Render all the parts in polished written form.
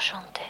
chanter.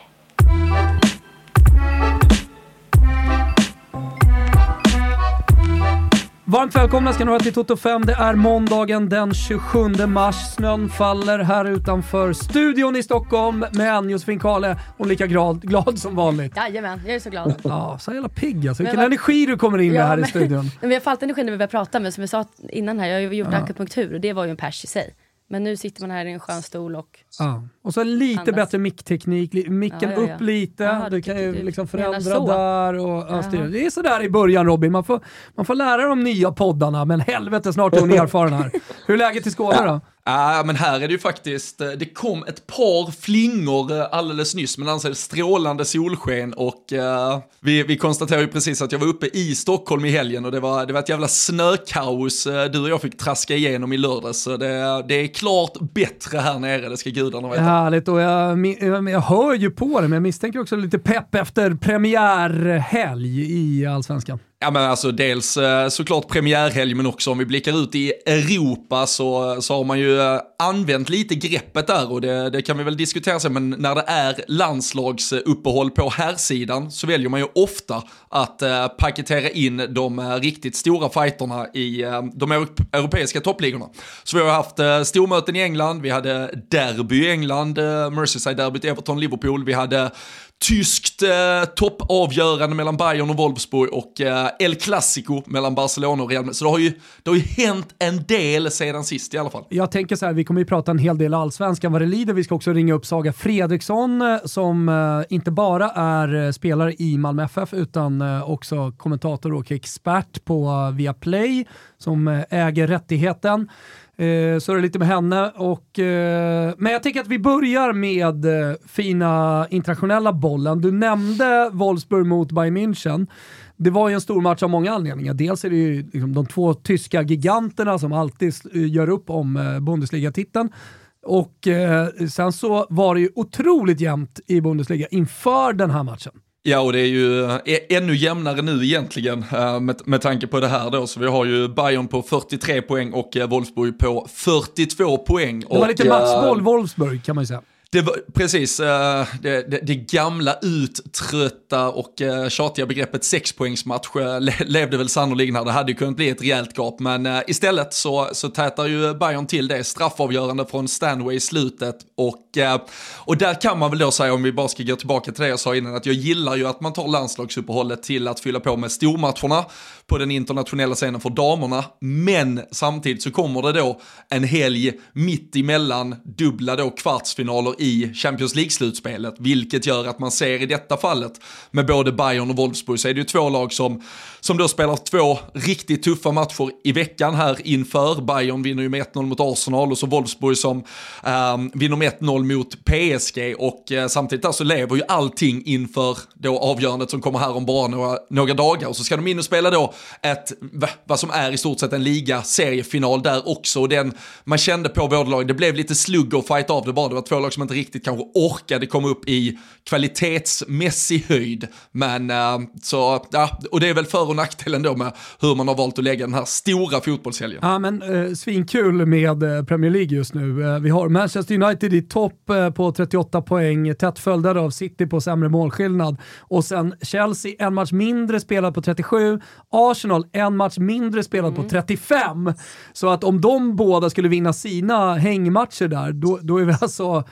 Varmt välkomna ska ni vara till Toto 5. Det är måndagen den 27 mars. Snön faller här utanför studion i Stockholm med Josefin Kahle och lika glad som vanligt. Jajamän, jag är så glad. Ja, så jävla pigg alltså. Vilken energi du kommer in med här i studion. Men vi har fallit energi när vi börjar prata, men som jag sa innan här, jag har ju gjort akupunktur och det var ju en pers i sig. Men nu sitter man här i en skön stol och... Ja. Och så lite andas. Bättre mickteknik, micken upp lite. Aha, du kan ju liksom förändra så. Där och styra. Det är så där i början, Robin. Man får lära de nya poddarna, men helvete, snart är hon erfaren här. Hur är läget i Skåne då? Men här är det ju faktiskt, det kom ett par flingor alldeles nyss, men annars är det strålande solsken och vi konstaterar ju precis att jag var uppe i Stockholm i helgen och det var ett jävla snökaos du och jag fick traska igenom i lördags, så det är klart bättre här nere, det ska gudarna veta. Härligt, och jag hör ju på det, men jag misstänker också lite pepp efter premiärhelg i Allsvenskan. Ja, men alltså dels såklart premiärhelg, men också om vi blickar ut i Europa så har man ju använt lite greppet där, och det kan vi väl diskutera sen, men när det är landslagsuppehåll på här sidan så väljer man ju ofta att paketera in de riktigt stora fighterna i de europeiska toppligorna. Så vi har haft stormöten i England, vi hade derby i England, Merseyside-derbyt, Everton-Liverpool, vi hade tyskt toppavgörande mellan Bayern och Wolfsburg och El Clasico mellan Barcelona och Real Madrid. Så det har ju hänt en del sedan sist i alla fall. Jag tänker så här, vi kommer ju prata en hel del allsvenskan vad det lider. Vi ska också ringa upp Saga Fredriksson som inte bara är spelare i Malmö FF utan också kommentator och expert på Viaplay som äger rättigheten. Så är det lite med henne men jag tänker att vi börjar med fina internationella bollen. Du nämnde Wolfsburg mot Bayern München. Det var ju en stor match av många anledningar. Dels är det ju liksom de två tyska giganterna som alltid gör upp om Bundesliga-titeln. Och sen så var det ju otroligt jämnt i Bundesliga inför den här matchen. Ja, och det är ju ännu jämnare nu egentligen med tanke på det här då. Så vi har ju Bayern på 43 poäng och Wolfsburg på 42 poäng. Det var lite matchboll Wolfsburg kan man ju säga. Det var precis det gamla uttrötta och tjatiga begreppet 6-poängsmatch levde väl sannolikt här. Det hade ju kunnat bli ett rejält gap, men istället så tätar ju Bayern till det straffavgörande från Stanway i slutet och där kan man väl då säga, om vi bara ska gå tillbaka till det jag sa innan, att jag gillar ju att man tar landslagsuppehållet till att fylla på med stormatcherna på den internationella scenen för damerna, men samtidigt så kommer det då en helg mitt emellan dubbla då kvartsfinaler i Champions League-slutspelet, vilket gör att man ser i detta fallet med både Bayern och Wolfsburg så är det ju två lag som då spelar två riktigt tuffa matcher i veckan här inför. Bayern vinner ju med 1-0 mot Arsenal och så Wolfsburg som vinner med 1-0 mot PSG, och samtidigt där så lever ju allting inför då avgörandet som kommer här om bara några dagar, och så ska de in och spela då vad som är i stort sett en liga-seriefinal där också, och den man kände på båda lag, det blev lite slugg och fight av det bara, det var två lag som inte riktigt kanske orkade komma upp i kvalitetsmässig höjd, men så ja, och det är väl för- och nackdelen då med hur man har valt att lägga den här stora fotbollshelgen. Ja, men svinkul med Premier League just nu. Vi har Manchester United i topp på 38 poäng, tätt följda av City på sämre målskillnad, och sen Chelsea en match mindre spelad på 37, Arsenal en match mindre spelad på 35, så att om de båda skulle vinna sina hängmatcher där, då är vi alltså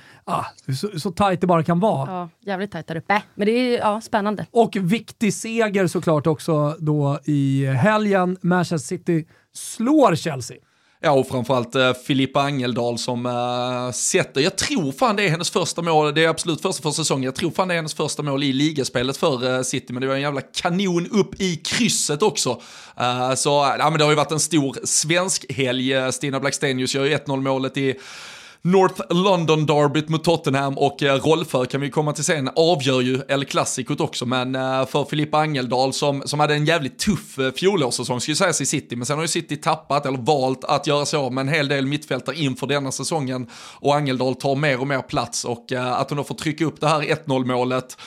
så tajt det bara kan vara. Ja, jävligt tajt där uppe. Men det är spännande. Och viktig seger såklart också då i helgen. Manchester City slår Chelsea. Ja, och framförallt Filippa Angeldal som sätter, jag tror fan det är hennes första mål, det är absolut första för säsongen, jag tror fan det är hennes första mål i ligaspelet för City, men det var en jävla kanon upp i krysset också. Så ja, men det har ju varit en stor svensk helg. Stina Blackstenius gör ju 1-0 målet i North London derbyt mot Tottenham, och Rolfö kan vi komma till sen avgör ju El Clasico också, men för Filippa Angeldal som hade en jävligt tuff fjolårssäsong ska ju sägas i City, men sen har ju City tappat eller valt att göra sig av med en hel del mittfältare inför denna säsongen, och Angeldal tar mer och mer plats, och att hon då får trycka upp det här 1-0 målet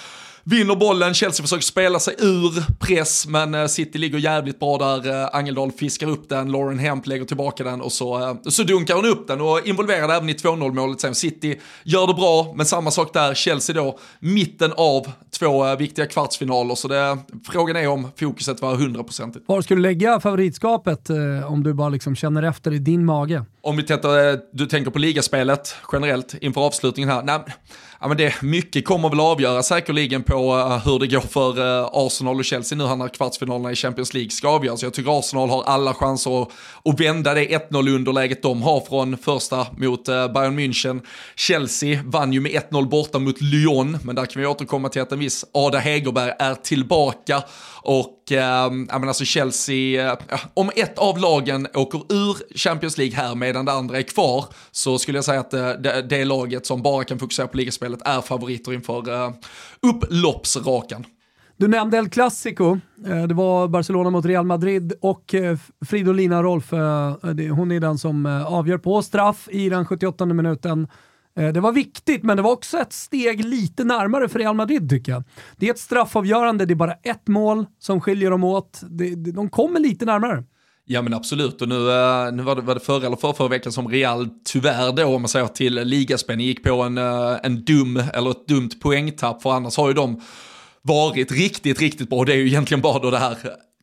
vinner bollen, Chelsea försöker spela sig ur press, men City ligger jävligt bra där. Angeldal fiskar upp den, Lauren Hemp lägger tillbaka den och så dunkar hon upp den och involverar även i 2-0-målet sen. City gör det bra, men samma sak där, Chelsea då mitten av 2 viktiga kvartsfinaler, så frågan är om fokuset var 100%. Var skulle du lägga favoritskapet om du bara liksom känner efter i din mage? Om du tänker på ligaspelet generellt inför avslutningen här. Nej, men det mycket kommer väl avgöra säkerligen på hur det går för Arsenal och Chelsea nu när kvartsfinalerna i Champions League ska avgöras. Jag tycker Arsenal har alla chanser att vända det 1-0 underläget de har från första mot Bayern München. Chelsea vann ju med 1-0 borta mot Lyon, men där kan vi återkomma till att en viss Ada Hegerberg är tillbaka. Och alltså Chelsea, om ett av lagen åker ur Champions League här medan det andra är kvar, så skulle jag säga att det laget som bara kan fokusera på ligaspelet är favoriter inför upploppsrakan. Du nämnde El Clasico, det var Barcelona mot Real Madrid och Fridolina Rolf, hon är den som avgör på straff i den 78:e minuten. Det var viktigt, men det var också ett steg lite närmare för Real Madrid tycker jag. Det är ett straffavgörande, det är bara ett mål som skiljer dem åt. De kommer lite närmare. Ja men absolut, och nu var det förra eller förra veckan som Real tyvärr då, om man säger till ligaspänning, gick på ett dumt poängtapp, för annars har ju de varit riktigt, riktigt bra. Det är ju egentligen bara då det här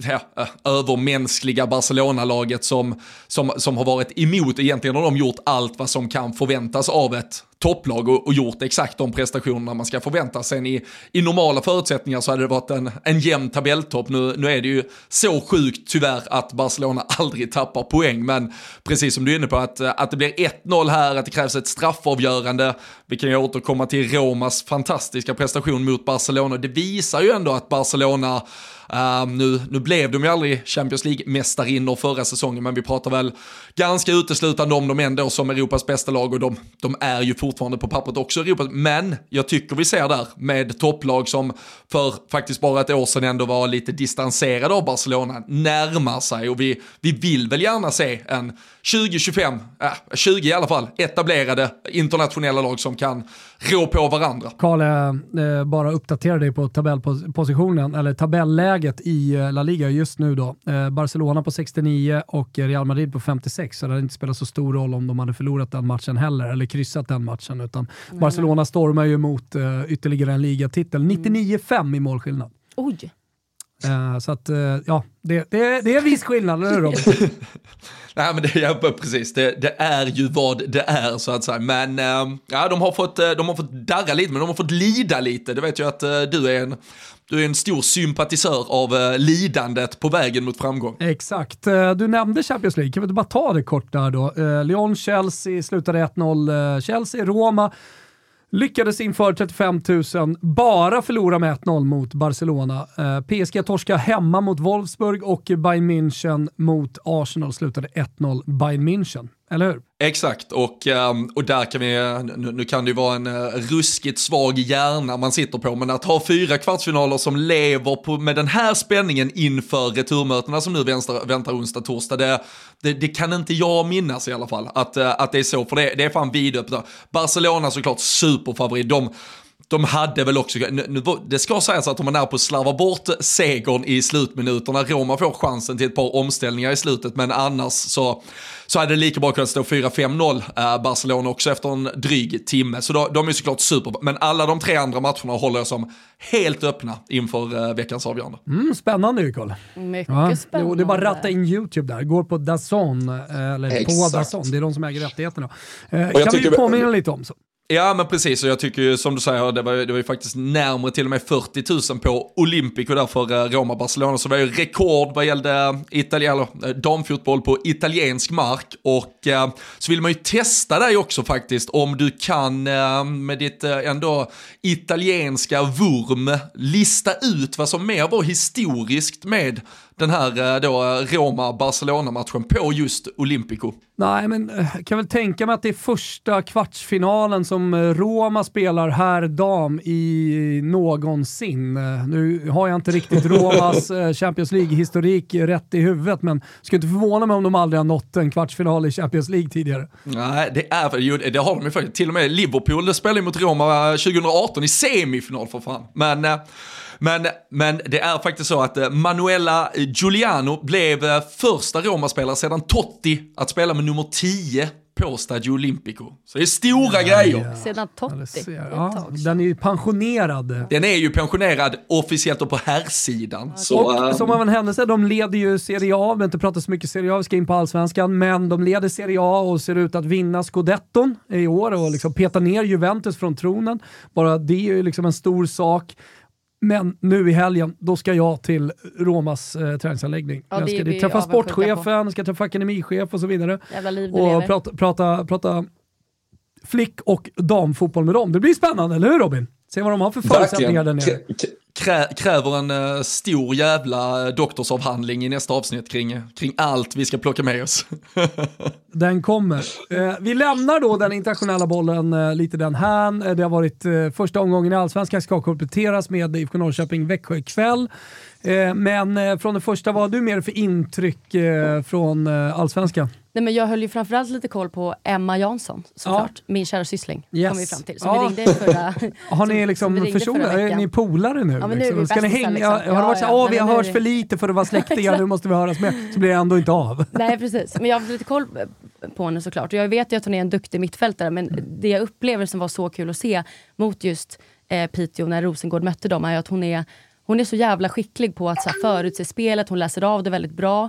övermänskliga Barcelona-laget som har varit emot. Egentligen har de gjort allt vad som kan förväntas av ett topplag och gjort exakt de prestationerna man ska förvänta. Sen i normala förutsättningar så hade det varit en jämn tabelltopp. Nu är det ju så sjukt tyvärr att Barcelona aldrig tappar poäng, men precis som du är inne på att det blir 1-0 här, att det krävs ett straffavgörande. Vi kan ju återkomma till Romas fantastiska prestation mot Barcelona. Det visar ju ändå att Barcelona nu blev de ju aldrig Champions League-mästarinnor förra säsongen, men vi pratar väl ganska uteslutande om dem ändå som Europas bästa lag, och de är ju fortfarande på pappret också Europa. Men jag tycker vi ser där med topplag som för faktiskt bara ett år sedan ändå var lite distanserade av Barcelona närmar sig, och vi vill väl gärna se en 20 i alla fall etablerade internationella lag som kan rå på varandra. Karl, bara uppdatera dig på tabellpositionen eller tabelläget i La Liga just nu då. Barcelona på 69 och Real Madrid på 56, så det hade inte spelat så stor roll om de hade förlorat den matchen heller eller kryssat den matchen, utan Barcelona stormar ju mot ytterligare en ligatitel. 99-5 i målskillnad. Oj! Så att ja, det är viss skillnad, eller Robert? Nej, men precis, det är ju vad det är så att säga, men ja, de har fått darra lite, men de har fått lida lite. Det vet jag att du är en stor sympatisör av lidandet på vägen mot framgång. Exakt. Du nämnde Champions League, kan vi inte bara ta det kort där då? Lyon-Chelsea slutade 1-0. Chelsea, Roma lyckades inför 35 000 bara förlora med 1-0 mot Barcelona. PSG torska hemma mot Wolfsburg och Bayern München mot Arsenal slutade 1-0 Bayern München. Eller hur? Exakt, och där kan vi, nu kan det ju vara en ruskigt svag hjärna man sitter på, men att ha 4 kvartsfinaler som lever med den här spänningen inför returmötena som nu väntar onsdag, torsdag, det kan inte jag minnas i alla fall, att det är så, för det är fan vidöppet. Barcelona såklart superfavorit, de hade väl också, det ska sägas att de är nära på att slarva bort segern i slutminuterna. Roma får chansen till ett par omställningar i slutet, men annars så hade det lika bra kunnat stå 4-5-0 Barcelona också efter en dryg timme. Så de är såklart super, men alla de 3 andra matcherna håller jag som helt öppna inför veckans avgörande. Spännande ju, Carl. Mycket spännande. Det är bara att ratta in YouTube där. Går på DAZN, eller på DAZN. Det är de som äger rättigheterna. Kan vi påminna lite om så? Ja, men precis, och jag tycker ju som du säger, det var ju faktiskt närmare till och med 40 000 på Olympic, och därför Roma-Barcelona, så var ju rekord vad gällde damfotboll på italiensk mark, och så vill man ju testa dig också faktiskt, om du kan med ditt ändå italienska vurm lista ut vad som mer var historiskt med den här då Roma-Barcelona-matchen på just Olympico? Nej, men kan väl tänka mig att det är första kvartsfinalen som Roma spelar här dam i någonsin. Nu har jag inte riktigt Romas Champions League-historik rätt i huvudet, men skulle inte förvåna mig om de aldrig har nått en kvartsfinal i Champions League tidigare. Nej, det har de ju faktiskt. Till och med Liverpool spelade mot Roma 2018 i semifinal för fan. Men det är faktiskt så att Manuela Giuliano blev första Roma-spelare sedan Totti att spela med nummer 10 på Stadio Olimpico. Så det är stora grejer. Sedan Totti. Ja, den är ju pensionerad. Den är ju pensionerad officiellt och på herrsidan. Och som av en händelse, de leder ju Serie A. Vi har inte pratat så mycket Serie A, vi ska in på Allsvenskan. Men de leder Serie A och ser ut att vinna Scudetton i år och liksom peta ner Juventus från tronen. Bara det är ju liksom en stor sak. Men nu i helgen, då ska jag till Romas träningsanläggning. Ja, jag ska träffa sportchefen, ska träffa akademichef och så vidare. Jävla liv och prata flick- och damfotboll med dem. Det blir spännande, eller hur Robin? Se vad de har för förutsättningar där nere. Kräver en stor jävla doktorsavhandling i nästa avsnitt kring allt vi ska plocka med oss. Den kommer. Vi lämnar då den internationella bollen lite den här. Det har varit första omgången i Allsvenskan, ska kompletteras med IFK Norrköping Växjö ikväll. Men från det första, vad har du mer för intryck från Allsvenskan? Nej, men jag höll ju framförallt lite koll på Emma Jansson, såklart. Min kära syssling, kom vi fram till. Så vi ringde förra... Har ni liksom försonat? Är ni polare nu? Ja, men liksom? nu är vi ska ni hänga? liksom. Har det varit så vi har hört för lite för att vara släktingar, nu måste vi höras med. Så blir det ändå inte av. Nej, precis. Men jag har lite koll på henne såklart. Och jag vet ju att hon är en duktig mittfältare, men det jag upplever som var så kul att se mot just Piteå när Rosengård mötte dem är att hon är så jävla skicklig på att så här, förutse spelet, hon läser av det väldigt bra.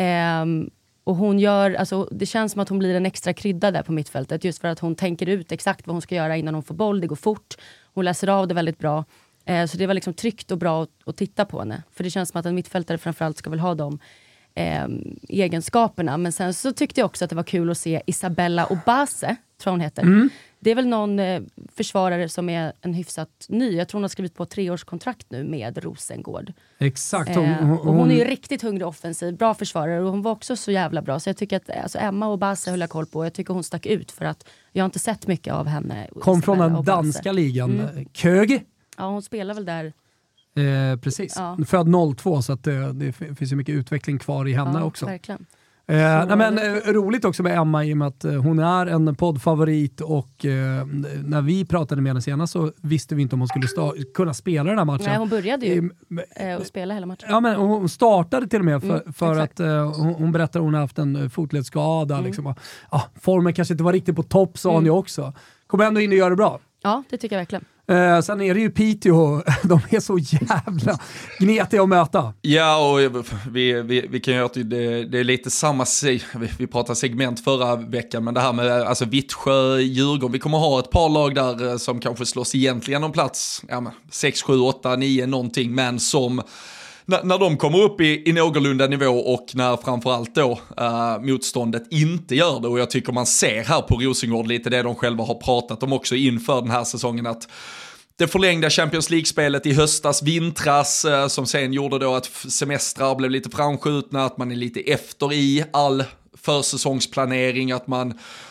Och hon gör, alltså, det känns som att hon blir en extra krydda där på mittfältet, just för att hon tänker ut exakt vad hon ska göra innan hon får boll, det går fort. Hon läser av det väldigt bra. Så det var liksom tryggt och bra att titta på henne. För det känns som att en mittfältare framförallt ska väl ha de egenskaperna. Men sen så tyckte jag också att det var kul att se Isabella Obase, tror hon heter. Det är väl någon försvarare som är en hyfsat ny. Jag tror hon har skrivit på 3-årskontrakt nu med Rosengård. Exakt. Hon är ju riktigt hungrig offensiv. Bra försvarare och hon var också så jävla bra. Så jag tycker att alltså, Emma Obase höll jag koll på. Jag tycker hon stack ut för att jag har inte sett mycket av henne. Kom från den danska ligan. Köge. Ja, hon spelar väl där. Precis. Ja. Född 02 så att det finns ju mycket utveckling kvar i henne också. Verkligen. Roligt också med Emma i och med att hon är en poddfavorit och när vi pratade med henne senast så visste vi inte om hon skulle kunna spela den här matchen. Nej, hon började ju att spela hela matchen. Ja, men hon startade till och med för att hon berättade att hon har haft en fotledsskada. Liksom. Formen kanske inte var riktigt på topp, sa hon ju också. Kommer ändå in och gör det bra. Ja, det tycker jag verkligen. Sen är det ju Piteå, de är så jävla gnetiga att möta. Ja, och vi kan göra det är lite samma, vi pratade segment förra veckan, men det här med alltså Vittsjö, Djurgården, vi kommer ha ett par lag där som kanske slåss egentligen om plats 6, 7, 8, 9 någonting, men som när de kommer upp i någorlunda nivå och när framförallt då motståndet inte gör det, och jag tycker man ser här på Rosengård lite det de själva har pratat om också inför den här säsongen, att det förlängda Champions League-spelet i höstas, vintras, som sen gjorde då att semestrar blev lite framskjutna, att man är lite efter i all försäsongsplanering, att man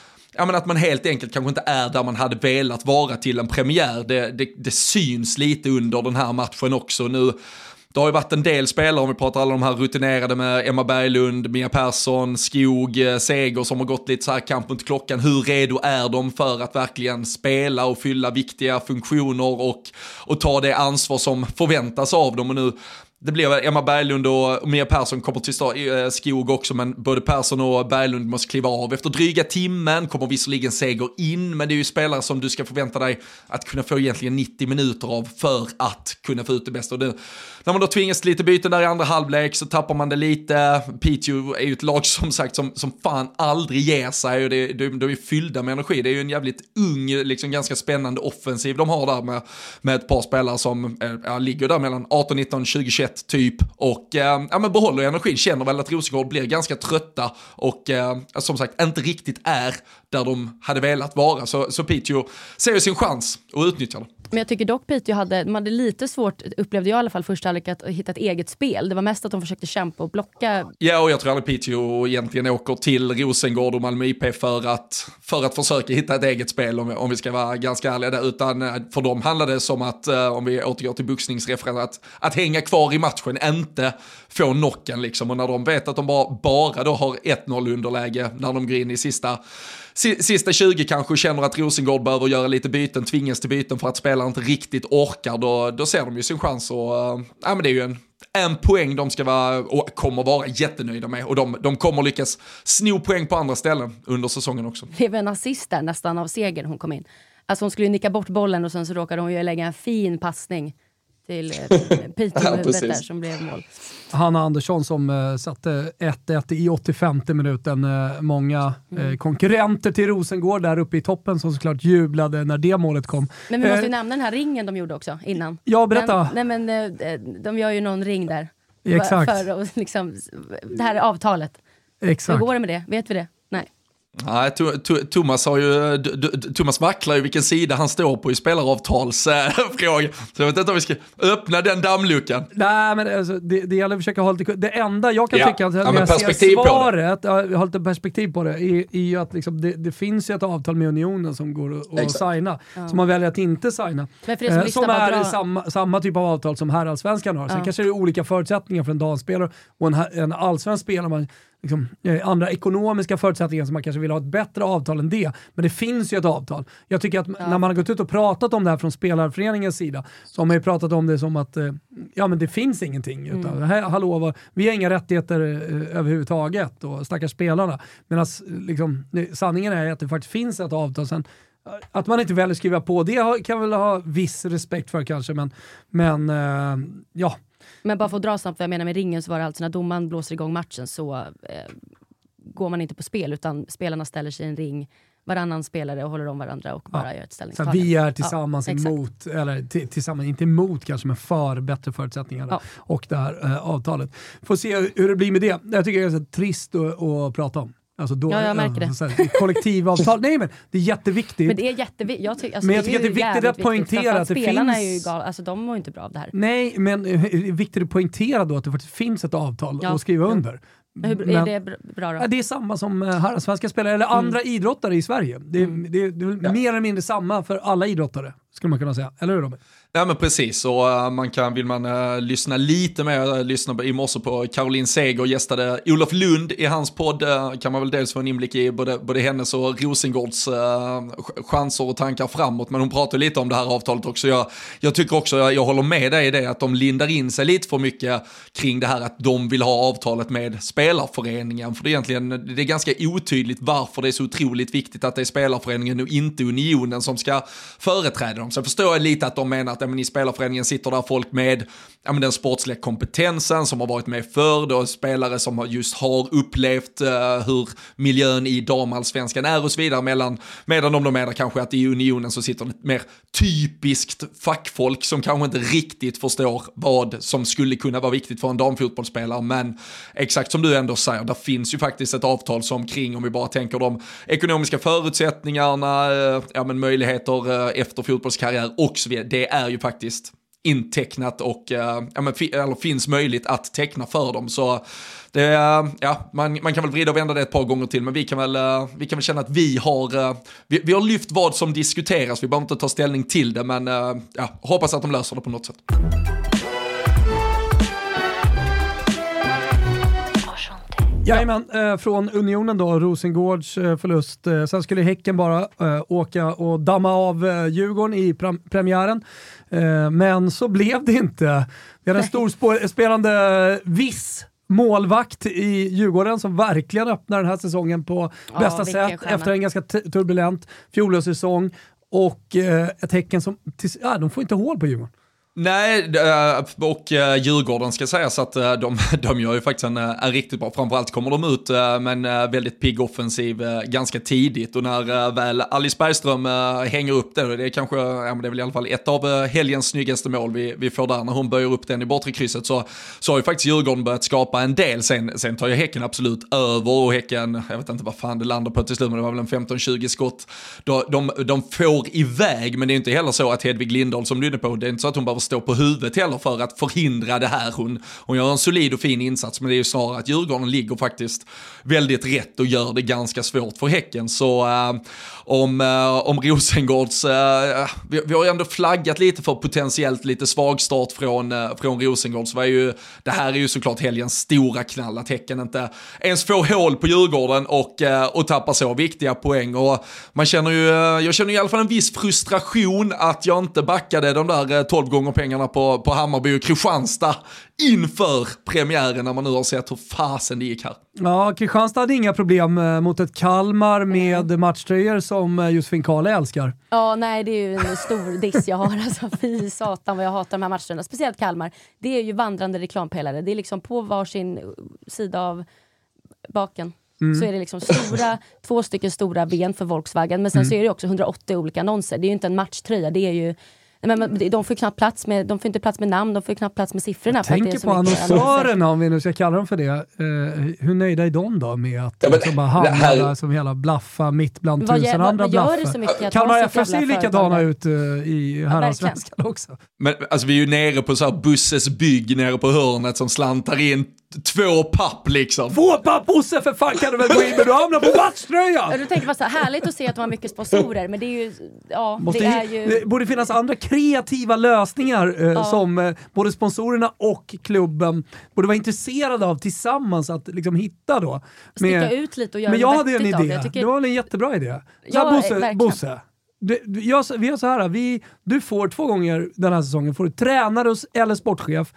helt enkelt kanske inte är där man hade velat vara till en premiär. Det syns lite under den här matchen också nu. Det har ju varit en del spelare, om vi pratar alla de här rutinerade med Emma Berglund, Mia Persson, Skog, Seger som har gått lite så här kamp mot klockan. Hur redo är de för att verkligen spela och fylla viktiga funktioner och ta det ansvar som förväntas av dem? Och nu, det blir Emma Berglund och Mia Persson kommer till Skog också, men både Persson och Berglund måste kliva av efter dryga timmen, kommer visserligen Seger in, men det är ju spelare som du ska förvänta dig att kunna få egentligen 90 minuter av för att kunna få ut det bästa. Och när man då tvingas lite byten där i andra halvlek så tappar man det lite. Piteå är ju ett lag som sagt som fan aldrig ger sig, och de är fyllda med energi. Det är ju en jävligt ung, liksom ganska spännande offensiv de har där med ett par spelare som ligger där mellan 18, 19, 20, 21 typ, och men behåller energin. Känner väl att Rosengård blir ganska trötta och som sagt inte riktigt är där de hade velat vara. Så Piteå ser ju sin chans och utnyttjar det. Men jag tycker dock Piteå hade lite svårt, upplevde jag i alla fall första halvlek, att hitta ett eget spel. Det var mest att de försökte kämpa och blocka. Ja, och jag tror aldrig Piteå egentligen åker till Rosengård och Malmö IP för att försöka hitta ett eget spel, om vi ska vara ganska ärliga där, utan för dem handlade det som att, om vi återgår till boxningsreferensen, att hänga kvar i matchen, inte få knocken liksom. Och när de vet att de bara då har 1-0 underläge när de går in i sista 20 kanske, känner att Rosengård behöver göra lite byten, tvingas till byten för att spelaren inte riktigt orkar, då ser de ju sin chans. Och men det är ju en poäng de ska vara och kommer vara jättenöjda med, och de kommer lyckas sno poäng på andra ställen under säsongen också. Det var en assist där nästan av segern hon kom in. Alltså hon skulle nicka bort bollen och sen så råkade hon ju lägga en fin passning till Piteå huvudet där som blev mål. Hanna Andersson som satte 1-1 i 85:e minuten. Många konkurrenter till Rosengård där uppe i toppen som såklart jublade när det målet kom. Men vi måste ju nämna den här ringen de gjorde också innan. Ja, berätta. De gör ju någon ring där. Exakt. För liksom, det här avtalet. Exakt. Hur går det med det? Vet vi det? Nej. Nej, Thomas vacklar ju vilken sida han står på i spelaravtalsfrågan. Så jag vet inte om vi ska öppna den dammluckan. Nej, men alltså, det gäller att försöka ha lite... Det enda jag kan tycka när jag ser svaret, jag har lite perspektiv på det, är ju att liksom, det finns ju ett avtal med Unionen som går att signa. Som man väljer att inte signa. Som är samma typ av avtal som herrallsvenskan har. Sen kanske det är olika förutsättningar för en damspelare och en allsvensk spelare. Man liksom, andra ekonomiska förutsättningar som man kanske vill ha ett bättre avtal än det. Men det finns ju ett avtal. Jag tycker att när man har gått ut och pratat om det här från spelarföreningens sida, så har man ju pratat om det som att men det finns ingenting. Utan, hallå, vi har inga rättigheter överhuvudtaget och stackars spelarna. Medan liksom, sanningen är att det faktiskt finns ett avtal. Sen, att man inte väljer skriva på det kan väl ha viss respekt för kanske. Men ja. Men bara för att dra snabbt vad jag menar med ringen, så var det alltså när domaren blåser igång matchen så går man inte på spel, utan spelarna ställer sig i en ring, varannan spelare, och håller om varandra och bara gör ett ställningstagande. Så vi är tillsammans emot, eller tillsammans, inte emot kanske, men för bättre förutsättningar och det här avtalet. Får se hur det blir med det. Jag tycker det är så trist att prata om. Alltså då, jag märker det. Kollektivavtal. Nej, men det är jätteviktigt. Men det är jätteviktigt. Jag tycker att det är viktigt att poängtera att det spelarna finns... är ju alltså de mår inte bra av det här. Nej, men det är viktigt att poängtera då att det faktiskt finns ett avtal att skriva under. Är det bra då? Det är samma som här, svenska spelare eller andra idrottare i Sverige. Det är mer eller mindre samma för alla idrottare, skulle man kunna säga. Eller hur, Robin? Ja, men precis, och vill man lyssna lite mer, lyssna i morse på Caroline Seger, gästade Olof Lund i hans podd, kan man väl dels få en inblick i både hennes och Rosengårds chanser och tankar framåt, men hon pratar lite om det här avtalet också. Jag tycker också, jag håller med dig i det, att de lindar in sig lite för mycket kring det här att de vill ha avtalet med spelarföreningen, för det är ganska otydligt varför det är så otroligt viktigt att det är spelarföreningen och inte Unionen som ska företräda dem. Så jag förstår lite att de menar att i spelarföreningen sitter där folk med den sportsliga kompetensen som har varit med förr, då spelare som just har upplevt hur miljön i damallsvenskan är och så vidare, medan de menar kanske att i Unionen så sitter det mer typiskt fackfolk som kanske inte riktigt förstår vad som skulle kunna vara viktigt för en damfotbollsspelare. Men exakt som du ändå säger, där finns ju faktiskt ett avtal som kring, om vi bara tänker de ekonomiska förutsättningarna, möjligheter efter fotbollskarriär och så vidare, det är ju faktiskt intecknat och eller finns möjligt att teckna för dem. Så det, man kan väl vrida och vända det ett par gånger till, men vi kan väl känna att vi har lyft vad som diskuteras. Vi behöver inte ta ställning till det, men hoppas att de löser det på något sätt. Jajamän, från Unionen då, Rosengårds förlust. Sen skulle Häcken bara åka och damma av Djurgården i premiären. Men så blev det inte. Vi hade en storspelande viss målvakt i Djurgården som verkligen öppnar den här säsongen på bästa sätt efter en ganska turbulent fjolårssäsong. Och ett Häcken som, de får inte hål på Djurgården. Nej, och Djurgården ska säga så att de gör ju faktiskt en riktigt bra. Framförallt kommer de ut med en väldigt pigg offensiv ganska tidigt, och när väl Alice Bergström hänger upp det är kanske, det är väl i alla fall ett av helgens snyggaste mål vi får där när hon böjer upp den i bortre krysset, så har ju faktiskt Djurgården börjat skapa en del. Sen tar ju Häcken absolut över, och Häcken, jag vet inte vad fan det landar på till slut, men det var väl en 15-20 skott. De får iväg, men det är inte heller så att Hedvig Lindahl, som du är inne på, det är inte så att hon behöver stå på huvudet heller för att förhindra det här. Hon gör en solid och fin insats, men det är ju snarare att Djurgården ligger faktiskt väldigt rätt och gör det ganska svårt för Häcken. Så om Rosengårds, vi har ju ändå flaggat lite för potentiellt lite svag start från Rosengård, så det här är ju såklart helgens stora knall, att Häcken inte ens får hål på Djurgården och tappar så viktiga poäng. Och jag känner i alla fall en viss frustration att jag inte backade de där 12 gånger pengarna på Hammarby och Kristianstad inför premiären, när man nu har sett hur fasen det gick här. Ja, Kristianstad hade inga problem mot ett Kalmar med matchtröjor som Josefin Kahle älskar. Ja, nej, det är ju en stor diss jag har. Alltså, fy satan vad jag hatar de här matcherna. Speciellt Kalmar. Det är ju vandrande reklampelare. Det är liksom på varsin sida av baken. Så är det liksom två stycken stora ben för Volkswagen. Men sen så är det också 180 olika annonser. Det är ju inte en matchtröja. Det är ju... Men de får knappt plats med, de får inte plats med namn, de får knappt plats med siffrorna. Jag tänker på annonsörerna, om vi nu ska kalla dem för det. Hur nöjda är de då med att bara hamna där som hela blaffa mitt bland tusen andra blaffar? Kalmar FF ser ju likadana ut i herrasvenskan också. Men alltså, vi är ju nere på så här Busses bygg nere på hörnet som slantar in 2 papp liksom. 2 papp, Bosse, för fan kan du väl gå in, men du hamnar på matchtröja. Du tänker bara så här, härligt att se att de har mycket sponsorer, men det är ju, det borde finnas andra kreativa lösningar som både sponsorerna och klubben borde vara intresserade av tillsammans att liksom hitta då. Sticka ut lite och göra. Men jag hade en idé. Det var en jättebra idé. Bosse. Vi gör så här, du får 2 gånger den här säsongen får du tränare eller sportchef,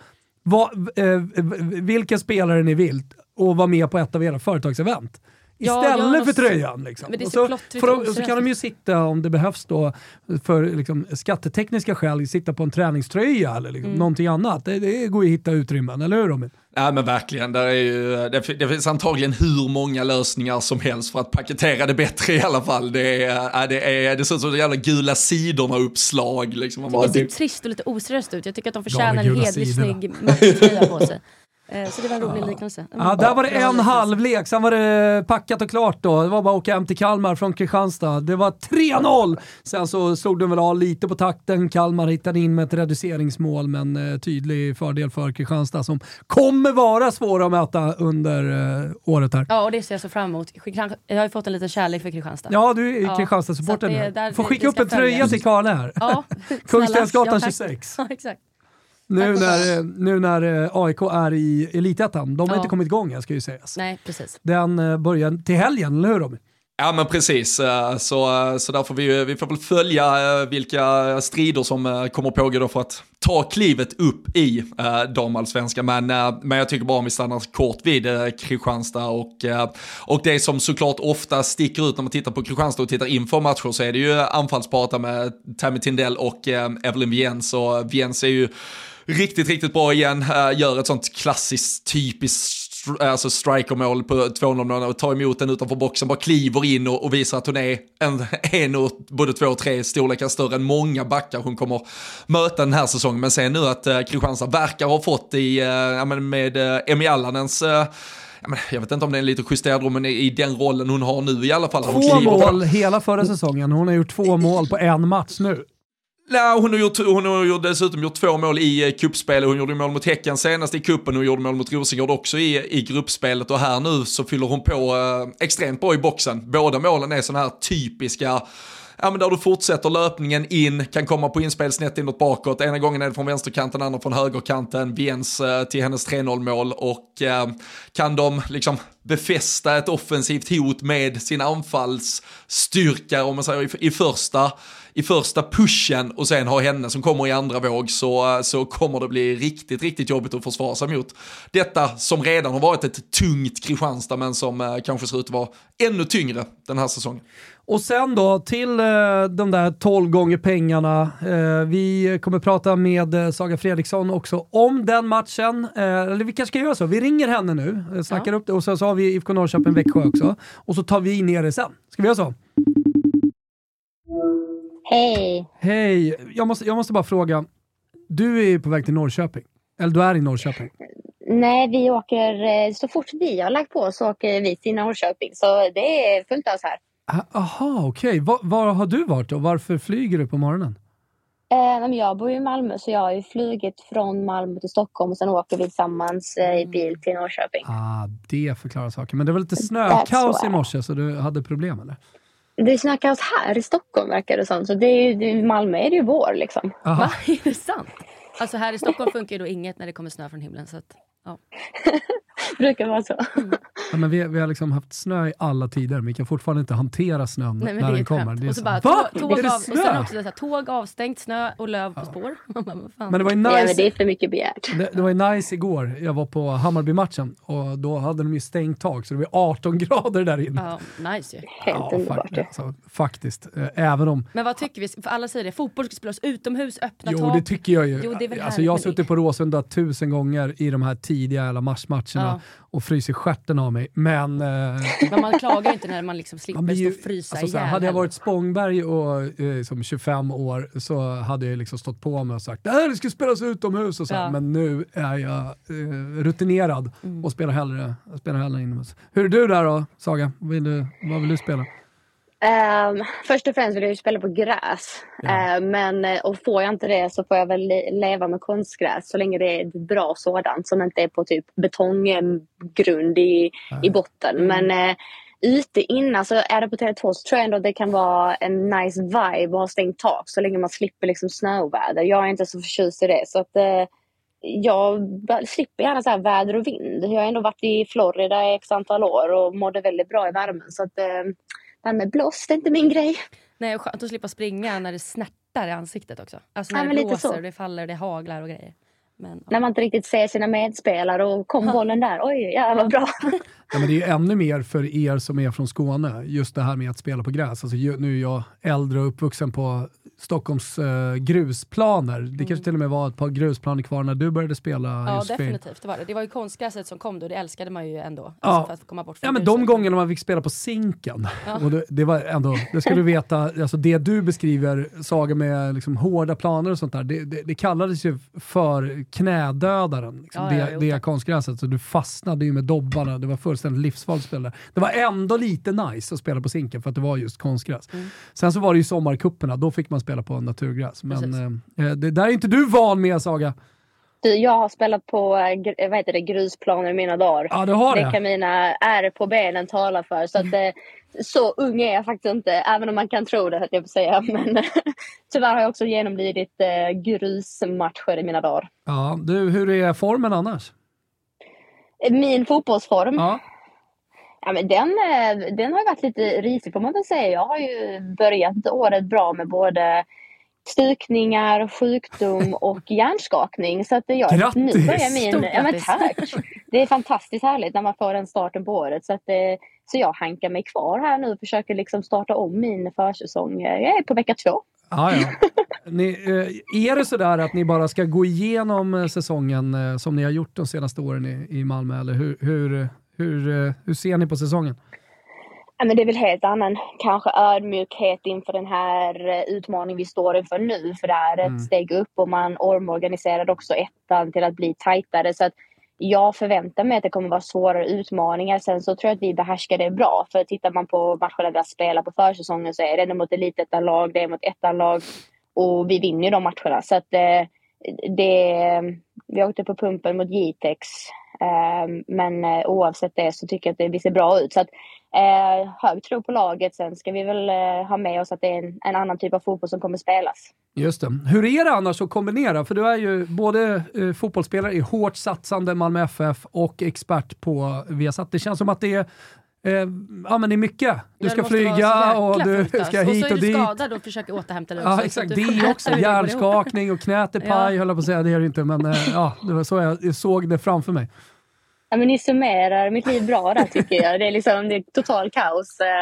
vilka spelare ni vill, och vara med på ett av era företagsevent istället för tröjan liksom. Men det är så kan de ju sitta, om det behövs då för liksom, skattetekniska skäl, sitta på en träningströja eller liksom, någonting annat. Det går ju att hitta utrymmen, eller hur Robin? Ja, men verkligen, det finns antagligen hur många lösningar som helst för att paketera det bättre i alla fall. Det ser ut som det jävla gula sidorna uppslag liksom. Det ser trist och lite oseriöst ut. Jag tycker att de förtjänar en hedlig snygg matchtröja på sig. Så det var en rolig liknelse. Ja, där var det en halvlek, sen var det packat och klart då. Det var bara att åka hem till Kalmar från Kristianstad. Det var 3-0! Sen så slog de väl av lite på takten. Kalmar hittade in med ett reduceringsmål, men tydlig fördel för Kristianstad som kommer vara svåra att möta under året här. Ja, och det ser jag så fram emot. Jag har ju fått en liten kärlek för Kristianstad. Ja, du är Kristianstad-supporten nu. Får skicka upp en tröja till Karle här. Ja. Kungstensgatan 26. Ja, exakt. Nu när AIK är i Elitettan, de har inte kommit igång, jag ska ju sägas. Nej, precis. Den börjar till helgen, eller hur Robin? Ja, men precis. Så därför vi får väl följa vilka strider som kommer pågå då för att ta klivet upp i damallsvenskan. Men jag tycker bara om vi stannar kort vid Kristianstad och det som såklart ofta sticker ut när man tittar på Kristianstad och tittar inför matcher, så är det ju anfallsparter med Tammy Tindell och Evelyn Viens. Och Viens är ju riktigt, riktigt bra igen. Gör ett sånt klassiskt, typiskt strikermål på 2-0 och tar emot den utanför boxen, bara kliver in och visar att hon är en och både 2 och 3 storlekar större än många backar hon kommer möta den här säsongen. Men sen nu att Kristianstad verkar ha fått med Emmy Allanens, jag vet inte om det är en lite justerad, men i den rollen hon har nu i alla fall. 2 mål hela förra säsongen. Hon har gjort 2 mål på en match nu. Nej, hon har dessutom gjort 2 mål i kuppspel. Hon gjorde mål mot Häcken senast i kuppen. Hon gjorde mål mot Rosengård också i gruppspelet. Och här nu så fyller hon på extremt bra i boxen. Båda målen är sådana här typiska, men där du fortsätter löpningen in, kan komma på inspel snett inåt bakåt. Ena gången är det från vänsterkanten, andra från högerkanten. Viens till hennes 3-0-mål. Och kan de liksom befästa ett offensivt hot med sin anfallsstyrka, om man säger i första pushen, och sen ha henne som kommer i andra våg, så kommer det bli riktigt, riktigt jobbigt att försvara sig mot detta som redan har varit ett tungt Kristianstad, men som kanske ser ut att vara ännu tyngre den här säsongen. Och sen då till de där 12 gånger pengarna. Vi kommer prata med Saga Fredriksson också om den matchen. Eller vi kanske ska göra så. Vi ringer henne nu, snackar upp det och så har vi IFK Norrköping Växjö också. Och så tar vi ner det sen. Ska vi göra så? Hej. Hej. Jag måste bara fråga. Du är på väg till Norrköping. Eller du är i Norrköping. Nej, vi åker, så fort vi har lagt på så åker vi till Norrköping. Så det är fullt ös här. Aha, okej. Var har du varit och varför flyger du på morgonen? Jag bor i Malmö så jag har ju flugit från Malmö till Stockholm och sen åker vi tillsammans i bil till Norrköping. Det förklarar saker. Men det var lite snökaos i morse så du hade problem eller? Det är snökaos här i Stockholm verkar det som. Så det är ju, Malmö är det ju vår liksom. Va? Är det sant? Alltså här i Stockholm funkar ju då inget när det kommer snö från himlen så att, ja. Brukar vara så. Ja, men vi har liksom haft snö i alla tider men vi kan fortfarande inte hantera snön när den kommer. Det är och så bara och sen också det här, tåg avstängt, snö och löv på spår. Men det var ju nice. Ja, men det är för mycket begärt. Det var ju nice igår. Jag var på Hammarby-matchen och då hade de ju stängt tak så det var 18 grader där inne. Ja, nice ju. Helt underbart. Faktiskt. Även om... Men vad tycker vi? För alla säger det. Fotboll ska spelas utomhus, öppna tak. Jo, det tycker jag ju. Jo, det är väl alltså, jag har suttit på Råsunda 1000 gånger i de här tidiga eller marsmatcherna och fryser stjärten av mig. Men man klagar inte när man liksom slipper stå och frysa alltså, ihjäl. Hade jag varit Spångberg och som 25 år så hade jag liksom stått på mig och sagt det ska spelas utomhus och så. Men nu är jag rutinerad och spelar hellre inomhus. Hur är du där då, Saga? Vad vill du spela? Först och främst vill jag ju spela på gräs. Men och får jag inte det så får jag väl leva med konstgräs så länge det är ett bra sådant som inte är på typ betonggrund i botten. Men ute innan så är det på Tele2 så tror jag ändå det kan vara en nice vibe att ha stängt tak så länge man slipper liksom snöväder. Jag är inte så förtjust i det så att jag slipper gärna så här väder och vind. Jag har ändå varit i Florida i x antal år och mådde väldigt bra i värmen så att det med blåst är inte min grej. Nej, och skönt att slippa springa när det snärtar i ansiktet också. Alltså när det blåser, det faller, det haglar och grejer. Men, när man inte riktigt ser sina medspelare och kom bollen där. Oj, vad bra. Ja, men det är ju ännu mer för er som är från Skåne. Just det här med att spela på gräs. Alltså, nu är jag äldre och uppvuxen på Stockholms grusplaner. Det kanske till och med var ett par grusplaner kvar när du började spela. Ja, definitivt. Det var ju konstgräset som kom då. Det älskade man ju ändå. Ja, alltså, för att komma bort från men de gångerna man fick spela på sinken. Ja. Och det var ändå, det ska du veta, alltså det du beskriver, Saga, med liksom hårda planer och sånt där. Det kallades ju för knädödaren. Liksom, det konstgräset. Så du fastnade ju med dobbarna. Det var fullständigt livsfarligt spel där. Det var ändå lite nice att spela på sinken för att det var just konstgräs. Sen så var det ju sommarkupperna. Då fick man spela på naturgräs. Men det där är inte du van med, Saga. Jag har spelat på grusplaner i mina dagar. Ja, du har det. Det kan mina ärr på benen tala för. Så, att, så ung är jag faktiskt inte. Även om man kan tro det, att jag får säga. Men tyvärr har jag också genomlidit grusmatcher i mina dagar. Ja, hur är formen annars? Min fotbollsform? Ja. Ja, men den har varit lite risig får man väl säga. Jag har ju börjat året bra med både stukningar, sjukdom och hjärnskakning. Så att grattis! Nu börjar min... Ja, men tack! Det är fantastiskt härligt när man får den starten på året. Så jag hankar mig kvar här nu och försöker liksom starta om min försäsong. Jag är på vecka 2. Ja. Är det sådär att ni bara ska gå igenom säsongen som ni har gjort de senaste åren i Malmö? Eller hur ser ni på säsongen? Ja, men det är väl helt annan kanske ödmjukhet inför den här utmaningen vi står inför nu. För det är ett steg upp och man omorganiserade också ettan till att bli tajtare. Så att jag förväntar mig att det kommer vara svårare utmaningar. Sen så tror jag att vi behärskar det bra. För tittar man på matcherna vi spelar på försäsongen så är det mot elitettanlag, det är mot ettanlag. Och vi vinner de matcherna. Så att vi åkte på pumpen mot Jitex. Men oavsett det så tycker jag att det ser bra ut. Så att hög tro på laget. Sen ska vi väl ha med oss att det är en annan typ av fotboll som kommer spelas. Just det. Hur är det annars att kombinera? För du är ju både fotbollsspelare i hårt satsande Malmö FF och expert på Viasat. Det känns som att det är men det är mycket. Du ska flyga och du ska hit och dit. Och så är du skadad och försöker återhämta dig också. Ja, exakt. Det är också hjärnskakning och knät är paj, höll jag på att säga. Det är det inte, men det var så jag såg det framför mig. Ja, men ni summerar mitt liv bra där tycker jag. Det är liksom det är total kaos.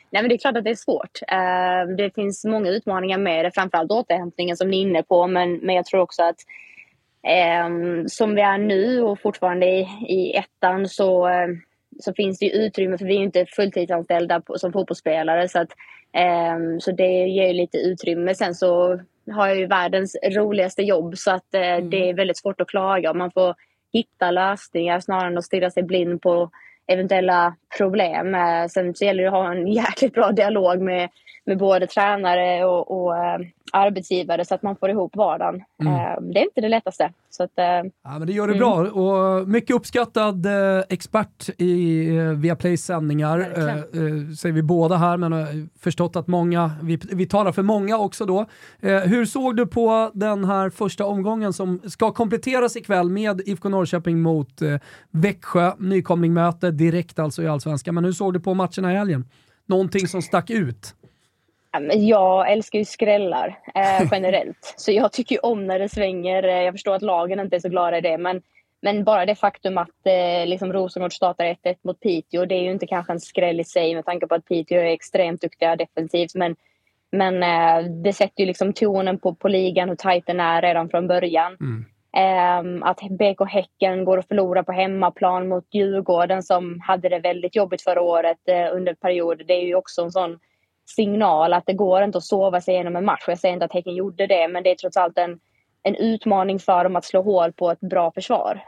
Nej, men det är klart att det är svårt. Det finns många utmaningar med det, framförallt återhämtningen som ni är inne på, men jag tror också att som vi är nu och fortfarande i ettan så finns det ju utrymme, för vi är ju inte fulltidsanställda som fotbollsspelare, så det ger ju lite utrymme. Sen så har jag ju världens roligaste jobb, så att det är väldigt svårt att klaga, och man får hitta lösningar snarare än att stirra sig blind på eventuella problem. Sen så gäller det att ha en jäkligt bra dialog med både tränare och arbetsgivare, så att man får ihop vardagen. Det är inte det lättaste. Så att, ja, men det gör det bra. Och mycket uppskattad expert i Viaplays sändningar. Säger vi båda här, men förstått att många, vi talar för många också då. Hur såg du på den här första omgången som ska kompletteras ikväll med IFK Norrköping mot Växjö? Nykomlingmöte direkt alltså i Allsvenskan. Men hur såg du på matcherna i helgen? Någonting som stack ut? Jag älskar ju skrällar generellt. Så jag tycker ju om när det svänger. Jag förstår att lagen inte är så glada i det. Men bara det faktum att liksom Rosengård startar 1-1 mot Piteå. Det är ju inte kanske en skräll i sig med tanke på att Piteå är extremt duktiga defensivt. Men det sätter ju liksom tonen på ligan, hur tajt den är redan från början. Att BK Häcken går och förlorar på hemmaplan mot Djurgården som hade det väldigt jobbigt förra året under period. Det är ju också en sån signal att det går inte att sova sig igenom en match. Jag säger inte att Häcken gjorde det, men det är trots allt en utmaning för dem att slå hål på ett bra försvar.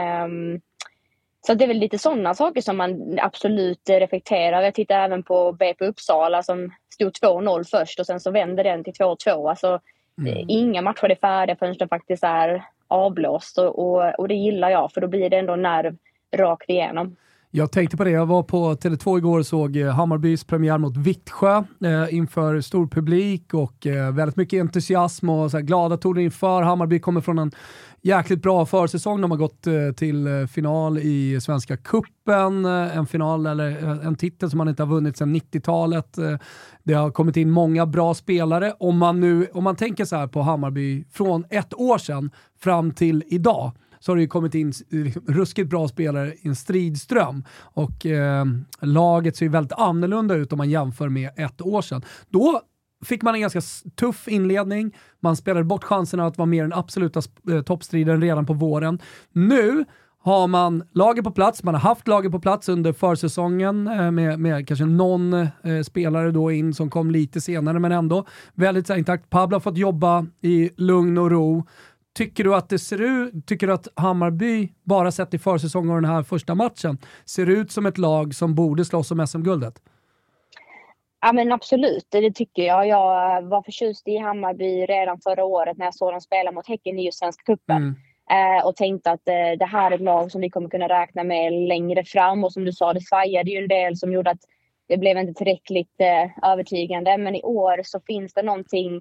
Så det är väl lite sådana saker som man absolut reflekterar. Jag tittar även på BP Uppsala som stod 2-0 först och sen så vänder den till 2-2. Alltså, inga matcher är färdiga förrän den faktiskt är avblåst, och det gillar jag, för då blir det ändå nerv rakt igenom. Jag tänkte på det, jag var på Tele2 igår och såg Hammarbys premiär mot Vittsjö inför stor publik och väldigt mycket entusiasm och så här glada toner inför. Hammarby kommer från en jäkligt bra försäsong. De har gått till final i Svenska Cupen, en final eller en titel som man inte har vunnit sedan 90-talet. Det har kommit in många bra spelare. Om man tänker så här på Hammarby från ett år sedan fram till idag, så har det ju kommit in ruskigt bra spelare i en stridström. Och laget ser ju väldigt annorlunda ut om man jämför med ett år sedan. Då fick man en ganska tuff inledning. Man spelade bort chanserna att vara mer den absoluta toppstriden redan på våren. Nu har man laget på plats. Man har haft laget på plats under försäsongen med kanske någon spelare då in som kom lite senare, men ändå väldigt intakt. Pablo har fått jobba i lugn och ro. Tycker du att Hammarby, bara sett i försäsongen och den här första matchen, ser ut som ett lag som borde slåss om SM-guldet? Ja, men absolut, det tycker jag. Jag var förtjust i Hammarby redan förra året när jag såg dem spela mot Häcken i just Svenska Cupen. Och tänkte att det här är ett lag som vi kommer kunna räkna med längre fram. Och som du sa, det svajade ju en del som gjorde att det blev inte tillräckligt övertygande. Men i år så finns det någonting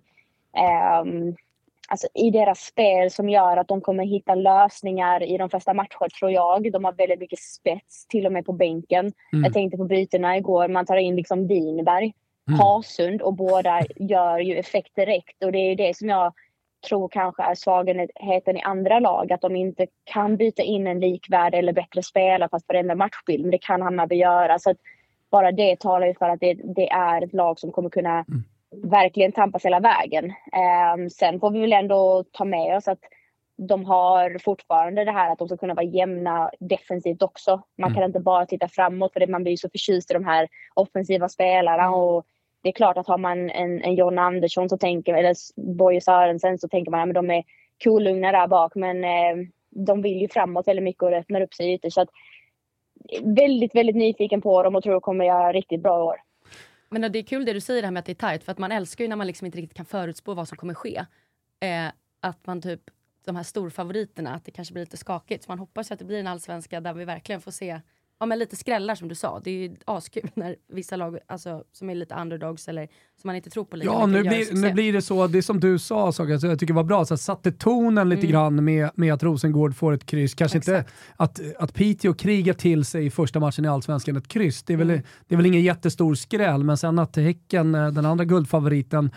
alltså i deras spel som gör att de kommer hitta lösningar i de första matcher, tror jag. De har väldigt mycket spets, till och med på bänken. Jag tänkte på bytena igår. Man tar in liksom Winberg, Hasund, och båda gör ju effekt direkt. Och det är det som jag tror kanske är svagheten i andra lag. Att de inte kan byta in en likvärdig eller bättre spelare fast förändra matchbild. Men det kan Hammarby göra. Så att bara det talar ju för att det är ett lag som kommer kunna verkligen tampas hela vägen. Sen får vi väl ändå ta med oss att de har fortfarande det här att de ska kunna vara jämna defensivt också. Man kan inte bara titta framåt, för man blir så förtjust i de här offensiva spelarna. Och det är klart att har man en John Andersson så eller Boje Sörensen, så tänker man att de är coolugna där bak. Men de vill ju framåt väldigt mycket och öppnar upp sig lite. Så att, väldigt, väldigt nyfiken på dem och tror de kommer göra riktigt bra år. Men det är kul det du säger det här med att det är tajt, för att man älskar ju när man liksom inte riktigt kan förutspå vad som kommer ske. Att man typ, de här storfavoriterna, att det kanske blir lite skakigt. Så man hoppas att det blir en allsvenska där vi verkligen får se men lite skrällar som du sa. Det är ju askul när vissa lag alltså, som är lite underdogs eller som man inte tror på lika mycket. Nu blir det så, det som du sa, så jag tycker det var bra, så satte tonen lite grann med att Rosengård får ett kryss. Kanske inte att Piteå krigar till sig i första matchen i allsvenskan ett kryss. Det är väl ingen jättestor skräll, men sen att Häcken, den andra guldfavoriten,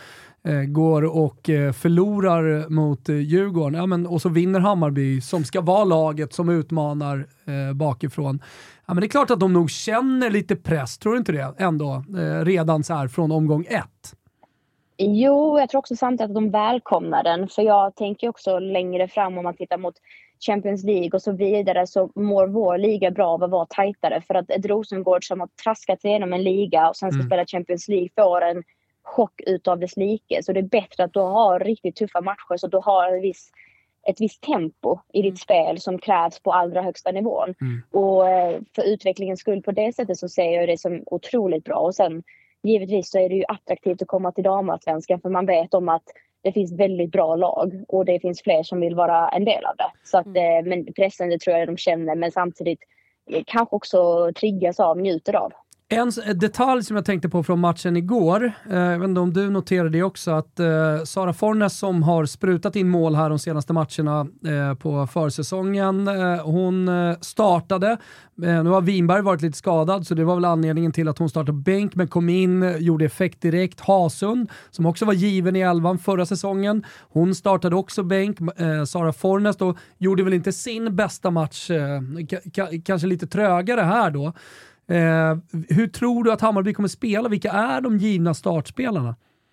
går och förlorar mot Djurgården. Ja, men, och så vinner Hammarby som ska vara laget som utmanar bakifrån. Ja, men det är klart att de nog känner lite press, tror du inte det? Ändå, redan så här från omgång 1. Jo, jag tror också samtidigt att de välkomnar den. För jag tänker också längre fram om man tittar mot Champions League och så vidare, så mår vår liga bra av att vara tajtare. För att ett Rosengård som har traskat sig igenom en liga och sen ska spela Champions League får en chock utav dess like. Så det är bättre att du har riktigt tuffa matcher, så du har ett visst tempo i ditt spel som krävs på allra högsta nivån. Och för utvecklingens skull på det sättet så ser jag det som otroligt bra. Och sen givetvis så är det ju attraktivt att komma till damallsvenskan, för man vet om att det finns väldigt bra lag och det finns fler som vill vara en del av det. Så att, men pressen, det tror jag de känner, men samtidigt kanske också triggas av, njuter av. En detalj som jag tänkte på från matchen igår, jag vet inte om du noterade det också, att Sara Fornes som har sprutat in mål här de senaste matcherna på försäsongen, hon startade. Nu har Winberg varit lite skadad, så det var väl anledningen till att hon startade bänk, men kom in, gjorde effekt direkt. Hasund, som också var given i 11 förra säsongen, hon startade också bänk. Sara Fornes då gjorde väl inte sin bästa match, kanske lite trögare här då. Hur tror du att Hammarby kommer spela? Vilka är de givna startspelarna?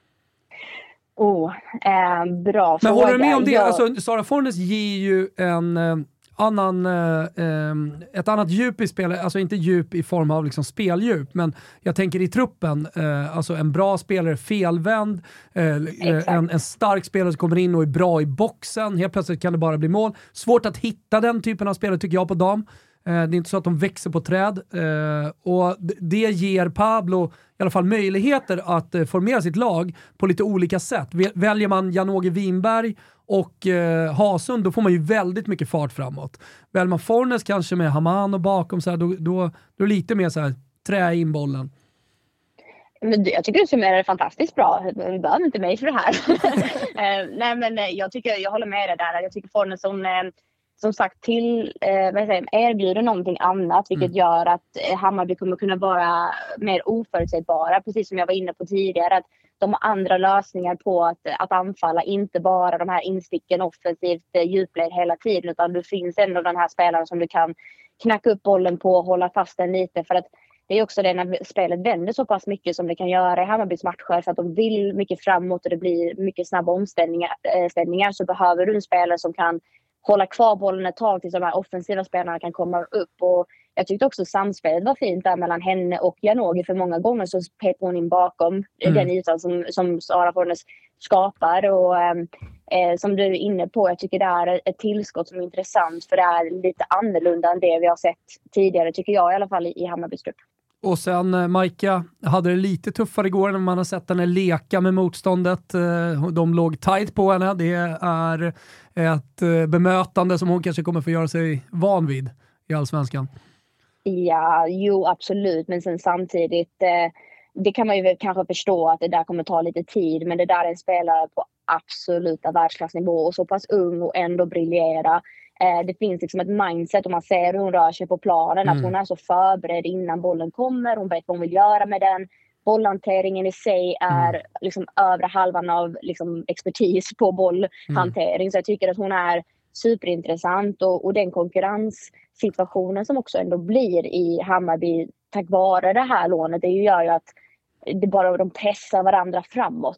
Bra fråga. Men håller du med om det? Alltså, Sara Fornes ger ju ett annat djup i spelet, alltså inte djup i form av liksom speldjup, men jag tänker i truppen, alltså en bra spelare, felvänd, en stark spelare som kommer in och är bra i boxen, helt plötsligt kan det bara bli mål. Svårt att hitta den typen av spelare tycker jag på dam. Det är inte så att de växer på träd, och det ger Pablo i alla fall möjligheter att formera sitt lag på lite olika sätt. Väljer man Jan-Åge Winberg och Hasund, då får man ju väldigt mycket fart framåt. Väljer man Fornes kanske med Haman och bakom så här, då är det lite mer så här, trä in bollen. Men jag tycker du summerar det fantastiskt bra. Du behöver inte mig för det här. Nej, men jag håller med dig där. Jag tycker Fornes som sagt erbjuder någonting annat, vilket gör att Hammarby kommer kunna vara mer oförutsägbara, precis som jag var inne på tidigare, att de har andra lösningar på att anfalla, inte bara de här insticken offensivt djupled hela tiden, utan det finns ändå den här spelaren som du kan knacka upp bollen på och hålla fast den lite, för att det är också det när spelet vänder så pass mycket som det kan göra i Hammarbys matcher, för att de vill mycket framåt och det blir mycket snabba omställningar, så behöver du en spelare som kan hålla kvar bollen ett tag tills de här offensiva spelarna kan komma upp. Och jag tyckte också samspelet var fint där mellan henne och Jan-Åge, för många gånger så pepar hon in bakom den ytan som Sara Fornes skapar. Och som du är inne på, jag tycker det är ett tillskott som är intressant, för det är lite annorlunda än det vi har sett tidigare, tycker jag i alla fall, i Hammarbys grupp. Och sen Maika hade det lite tuffare igår när man har sett henne leka med motståndet. De låg tight på henne. Det är ett bemötande som hon kanske kommer få göra sig van vid i Allsvenskan. Ja, jo absolut. Men sen samtidigt, det kan man ju kanske förstå att det där kommer ta lite tid. Men det där är en spelare på absoluta världsklassnivå och så pass ung och ändå briljera. Det finns liksom ett mindset, och man ser hur hon rör sig på planen, att hon är så förberedd innan bollen kommer, hon vet vad hon vill göra med den. Bollhanteringen i sig är liksom övre halvan av liksom expertis på bollhantering, så jag tycker att hon är superintressant, och den konkurrenssituationen som också ändå blir i Hammarby tack vare det här lånet, det gör ju att det bara de pressar varandra framåt.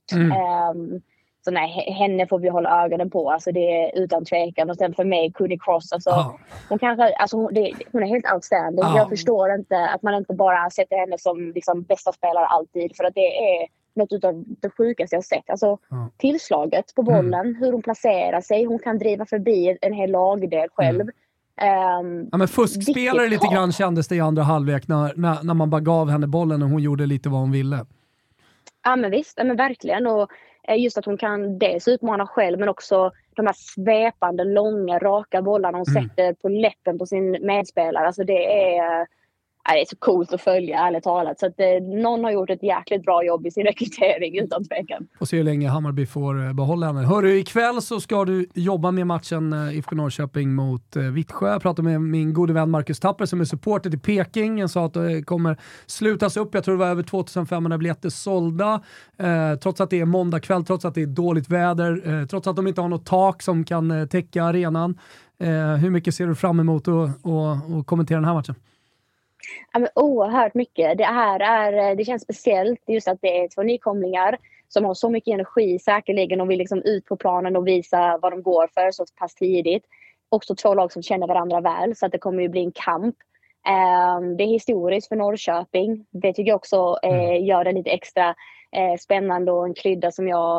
Så nej, henne får vi hålla ögonen på. Alltså det är utan tvekan. Och sen för mig, Cooney Cross. Alltså, hon är helt outstanding. Jag förstår inte att man inte bara sätter henne som liksom bästa spelare alltid. För att det är något av det sjukaste jag har sett. Alltså tillslaget på bollen, hur hon placerar sig. Hon kan driva förbi en hel lagdel själv. Men fuskspelare lite grann kändes det i andra halvlek när man bara gav henne bollen och hon gjorde lite vad hon ville. Ja men visst, men verkligen. Och just att hon kan dels utmana själv, men också de här svepande, långa, raka bollarna hon sätter på läppen på sin medspelare. Alltså det är det är så coolt att följa, ärligt talat. Så att någon har gjort ett jäkligt bra jobb i sin rekrytering, utan tvekan. Och se hur länge Hammarby får behålla henne. Hörru, ikväll så ska du jobba med matchen IFK Norrköping mot Vittsjö. Jag pratade med min gode vän Marcus Tapper som är supporter till Peking. Han sa att det kommer slutas upp. Jag tror det var över 2500 biljetter sålda. Trots att det är måndag kväll, trots att det är dåligt väder, trots att de inte har något tak som kan täcka arenan. Hur mycket ser du fram emot att kommentera den här matchen? Ja, men oerhört mycket. Det känns speciellt just att det är 2 nykomlingar som har så mycket energi säkerligen och vill liksom ut på planen och visa vad de går för så pass tidigt. Också 2 lag som känner varandra väl, så att det kommer ju bli en kamp. Det är historiskt för Norrköping. Det tycker jag också gör det lite extra spännande och en krydda som jag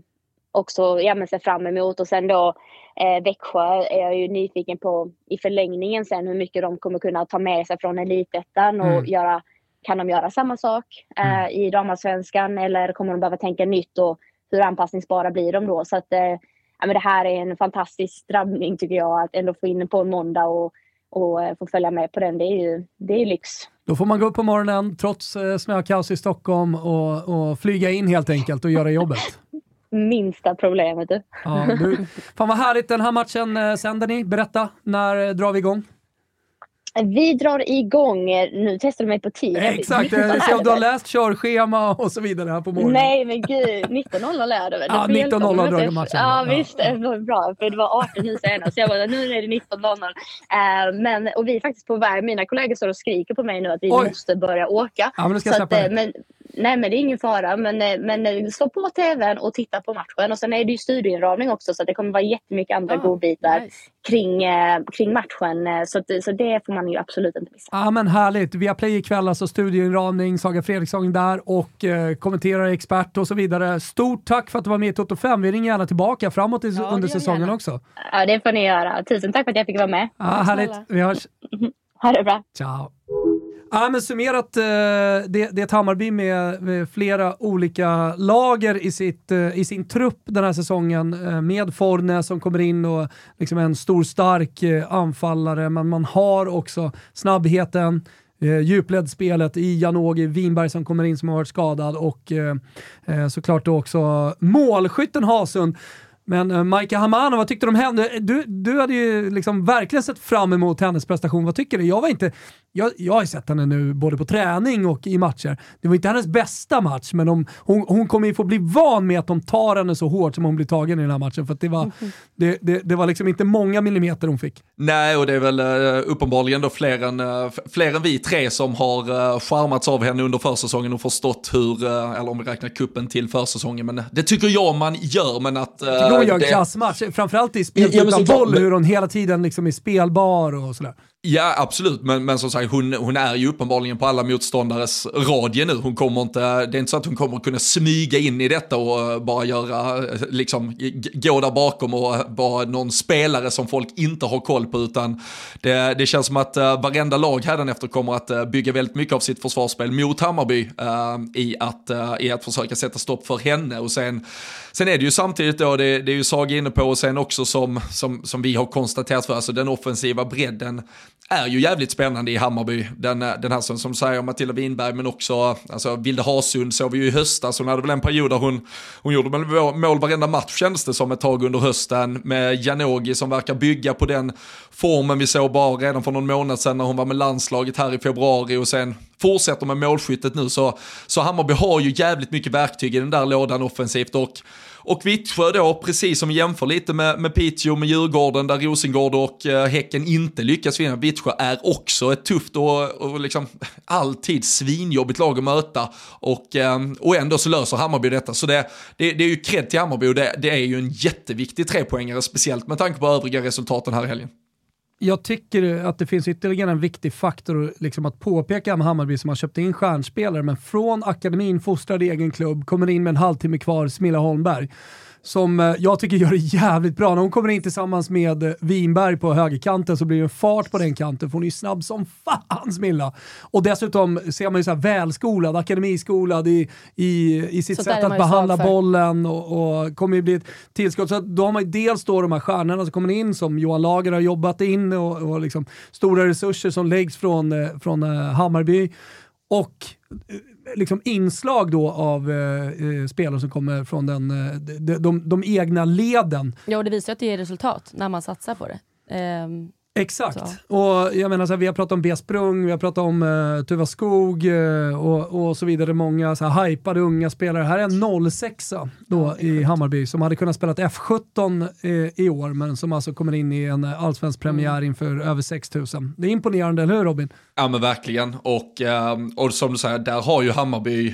också ser fram emot. Och sen då Växjö är jag ju nyfiken på i förlängningen sen hur mycket de kommer kunna ta med sig från elitettan och kan de göra samma sak i damallsvenskan, eller kommer de behöva tänka nytt och hur anpassningsbara blir de då? Så att men det här är en fantastisk drabbning tycker jag, att ändå få in på en måndag och få följa med på den. Det är lyx. Då får man gå upp på morgonen trots snökaos i Stockholm och flyga in helt enkelt och göra jobbet. Minsta problemet. Ja, fan vad härligt. Den här matchen sänder ni. Berätta, när drar vi igång? Vi drar igång, nu testar du mig på tid. Exakt, jag ser om du har läst körschema och så vidare här på morgonen. Nej men gud, 19.00 är det väl? Ja, 19.00 drar matchen. Ja visst, det var bra, för det var 18 nu senast. Så jag bara, nu är det 19.00. Och vi är faktiskt på väg, mina kollegor står och skriker på mig nu att vi måste börja åka. Ja, men det ska jag släppa det. Nej men det är ingen fara, men slå på tvn och titta på matchen, och sen är det ju studioinramning också, så att det kommer vara jättemycket andra godbitar kring matchen, så det får man ju absolut inte missa. Ja men härligt, vi har play ikväll, alltså studioinramning, Saga Fredriksson där och kommenterar expert och så vidare. Stort tack för att du var med i Toto 5, vi ringer gärna tillbaka framåt under säsongen också. Ja det får ni göra, tusen tack för att jag fick vara med. Ja härligt, vi hörs. Ha det bra. Ciao. Ja, men summerat, det är ett Hammarby med flera olika lager i sin trupp den här säsongen, med Forne som kommer in och liksom en stor stark anfallare, men man har också snabbheten, djupledsspelet i Janogy Winberg som kommer in som har varit skadad, och såklart då också målskytten Hasund. Men Maika Hamano, vad tyckte du om henne? Du hade ju liksom verkligen sett fram emot hennes prestation. Vad tycker du? Jag har sett henne nu både på träning och i matcher. Det var inte hennes bästa match, men hon kommer ju få bli van med att de tar henne så hårt som hon blir tagen i den här matchen. För att det var liksom inte många millimeter hon fick. Nej, och det är väl uppenbarligen då fler än vi tre som har charmats av henne under försäsongen och förstått hur, eller om vi räknar kuppen till försäsongen, men det tycker jag man gör, men att hon gör klassmatch, framförallt i spel utan boll, hur hon hela tiden liksom är spelbar och sådär. Ja, absolut, men som sagt, hon är ju uppenbarligen på alla motståndares radie nu. Hon kommer inte, det är inte så att hon kommer kunna smyga in i detta och bara göra, liksom, gå där bakom och vara någon spelare som folk inte har koll på, utan det känns som att varenda lag hädanefter kommer att bygga väldigt mycket av sitt försvarsspel mot Hammarby i att försöka sätta stopp för henne. Och sen är det ju samtidigt då, det är ju Saga inne på, och sen också som vi har konstaterat för, alltså den offensiva bredden är ju jävligt spännande i Hammarby. Den här som säger Matilda Winberg, men också alltså Vilde Hasund såg vi ju i höstas. Hon hade väl en period där hon gjorde mål varenda match, känns det som, ett tag under hösten, med Janogy som verkar bygga på den formen vi såg bara redan för någon månad sedan när hon var med landslaget här i februari, och sen fortsätter med målskyttet nu, så Hammarby har ju jävligt mycket verktyg i den där lådan offensivt. Och Vittsjö då, precis som vi jämför lite med Piteå, med Djurgården där Rosengård och Häcken inte lyckas vinna. Vittsjö är också ett tufft och liksom alltid svinjobbigt lag att möta, och ändå så löser Hammarby detta. Så det är ju cred till Hammarby, och det är ju en jätteviktig 3-poängare, speciellt med tanke på övriga resultaten här i helgen. Jag tycker att det finns ytterligare en viktig faktor liksom att påpeka med Hammarby, som har köpt in stjärnspelare, men från akademin, fostrad i egen klubb, kommer in med en halvtimme kvar, Smilla Holmberg. som jag tycker gör det jävligt bra. När hon kommer in tillsammans med Winberg på högerkanten så blir det en fart på den kanten, för hon är snabb som fan, Smilla. Och dessutom ser man ju så här välskolad, akademiskolad i sitt sätt att behandla bollen och kommer ju bli ett tillskott. Så då har man ju dels då de här stjärnorna som kommer in, som Johan Lager har jobbat in och liksom stora resurser som läggs från Hammarby, och liksom inslag då av spelare som kommer från de egna leden. Ja, och det visar att det ger resultat när man satsar på det. Exakt. Så. Och jag menar så här, vi har pratat om B-sprung, vi har pratat om Tuva Skog och så vidare. Många så här hypade unga spelare. Här är en 06 då i Hammarby som hade kunnat spela F17 i år, men som alltså kommer in i en allsvensk premiär inför över 6 000. Det är imponerande, eller hur Robin? Ja, men verkligen. Och som du säger, där har ju Hammarby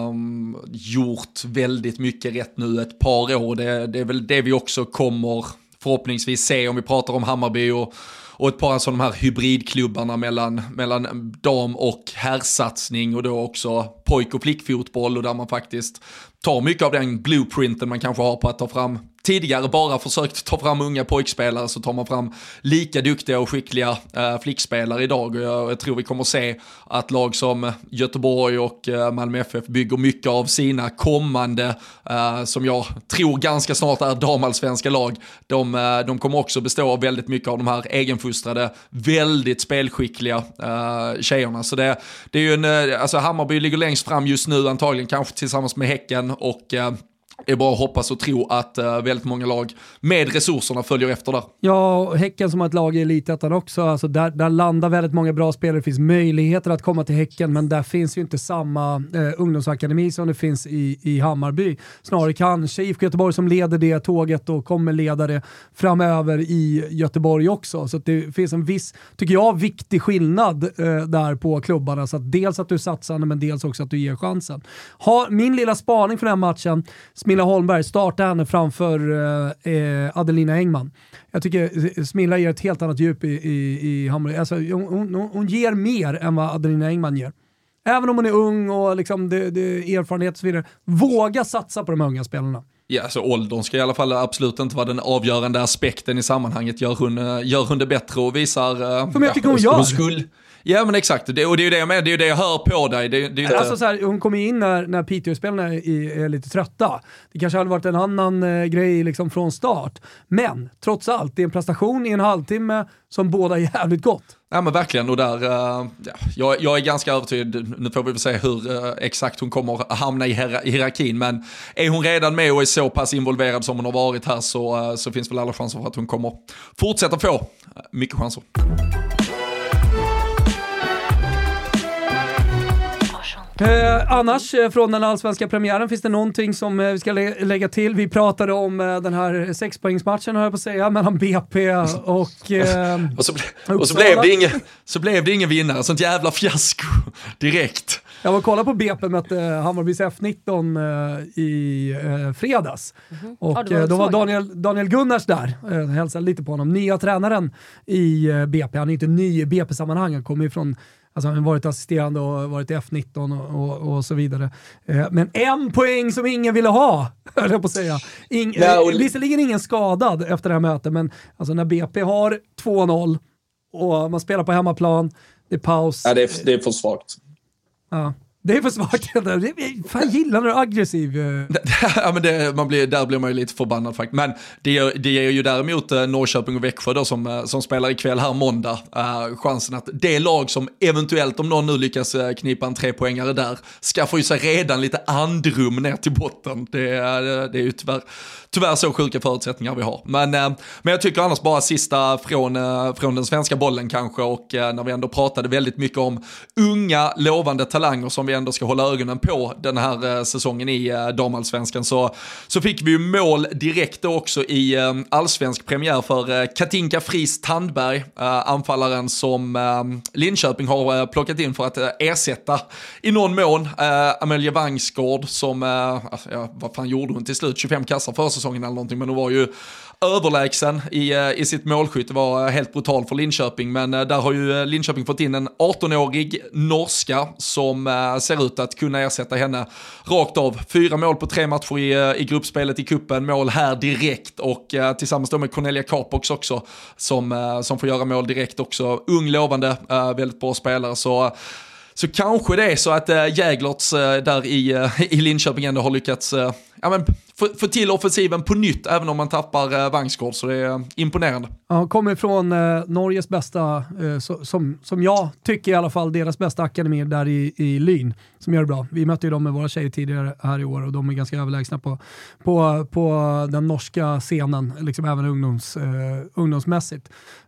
gjort väldigt mycket rätt nu ett par år. Det är väl det vi också kommer förhoppningsvis se om vi pratar om Hammarby och ett par av de här hybridklubbarna mellan dam- och herrsatsning, och då också pojk- och flickfotboll, och där man faktiskt tar mycket av den blueprinten man kanske har på att ta fram tidigare bara försökt ta fram unga pojkspelare, så tar man fram lika duktiga och skickliga flickspelare idag. Och jag tror vi kommer se att lag som Göteborg och Malmö FF bygger mycket av sina kommande, som jag tror ganska snart är damallsvenska lag. De kommer också bestå av väldigt mycket av de här egenfostrade, väldigt spelskickliga tjejerna. Så det är ju alltså Hammarby ligger längst fram just nu, antagligen kanske tillsammans med Häcken, och är bara att hoppas och tro att väldigt många lag med resurserna följer efter där. Ja, och Häcken som har ett lag i Elitettan också. Alltså där landar väldigt många bra spelare. Det finns möjligheter att komma till Häcken, men där finns ju inte samma ungdomsakademi som det finns i Hammarby. Snarare kanske IFK Göteborg som leder det tåget och kommer leda det framöver i Göteborg också. Så att det finns en viss, tycker jag, viktig skillnad där på klubbarna. Så att dels att du satsar, men dels också att du ger chansen. Min lilla spaning för den här matchen, Smilla Holmberg, starta henne framför Adelina Engman. Jag tycker Smilla ger ett helt annat djup i Hammarby. Alltså, hon ger mer än vad Adelina Engman ger. Även om hon är ung och liksom det erfarenhet och så vidare. Våga satsa på de unga spelarna. Ja, så åldern ska i alla fall absolut inte vara den avgörande aspekten i sammanhanget. Gör hon det bättre och visar... För jag tycker hon gör. Ja, men exakt. Och det är ju det jag menar. Det är ju det jag hör på dig. Det är inte... Alltså så här, hon kommer in när Piteå-spelarna är lite trötta. Det kanske hade varit en annan grej liksom från start. Men trots allt, det är en prestation i en halvtimme som båda är jävligt gott. Ja, men verkligen. Och där, jag är ganska övertygad. Nu får vi väl se hur exakt hon kommer hamna i hierarkin. Men är hon redan med och är så pass involverad som hon har varit här, så finns väl alla chanser för att hon kommer fortsätta få mycket chanser. Annars från den allsvenska premiären finns det någonting som vi ska lägga till. Vi pratade om den här 6-poängsmatchen, höll jag på att säga, mellan BP och så blev det ingen vinnare. Sånt jävla fiasko direkt. Jag var och kollade på BP mötte Hammarbys F19 i fredags. Och då var Daniel Gunnars där. Jag hälsade lite på honom. Nya tränaren i BP. Han är inte ny i BP-sammanhang. Han kommer ifrån... Alltså han har varit assisterande och varit i F19 och så vidare. Men en poäng som ingen ville ha, höll jag på att säga. Visserligen ingen skadad efter det här mötet, men alltså när BP har 2-0 och man spelar på hemmaplan, det är paus. Ja, det är för svagt. Ja. Det är för svagt. Fan, gillar du aggressiv? Ja, men där blir man ju lite förbannad faktiskt. Men det är ju däremot Norrköping och Växjö då, som spelar ikväll här måndag. Chansen att det lag som eventuellt, om någon nu lyckas knipa en 3-poängare där, skaffar ju sig redan lite andrum ner till botten. Det är ju tyvärr så sjuka förutsättningar vi har. Men jag tycker annars bara sista från den svenska bollen kanske, och när vi ändå pratade väldigt mycket om unga lovande talanger som vi ändå ska hålla ögonen på den här säsongen i damallsvenskan, så fick vi ju mål direkt också i allsvensk premiär för Katinka Fries Tandberg, anfallaren som Linköping har plockat in för att ersätta i någon mån Amelie Vangsgård som, vad fan gjorde hon till slut? 25 kassar för säsongen eller någonting, men hon var ju överlägsen i sitt målskytt. Det var helt brutalt för Linköping, men där har ju Linköping fått in en 18-årig norska som ser ut att kunna ersätta henne rakt av. 4 mål på 3 matcher i gruppspelet i kuppen, mål här direkt och tillsammans då med Cornelia Capox också som får göra mål direkt också. Ung, lovande, väldigt bra spelare, så kanske det är så att Jäglorts där i Linköping ändå har lyckats få till offensiven på nytt, även om man tappar Vangsgård, så det är imponerande. Ja, kommer från Norges bästa, som jag tycker i alla fall, deras bästa akademi där i Lyn, som gör det bra. Vi mötte ju dem med våra tjejer tidigare här i år och de är ganska överlägsna på den norska scenen, liksom även ungdomsmässigt.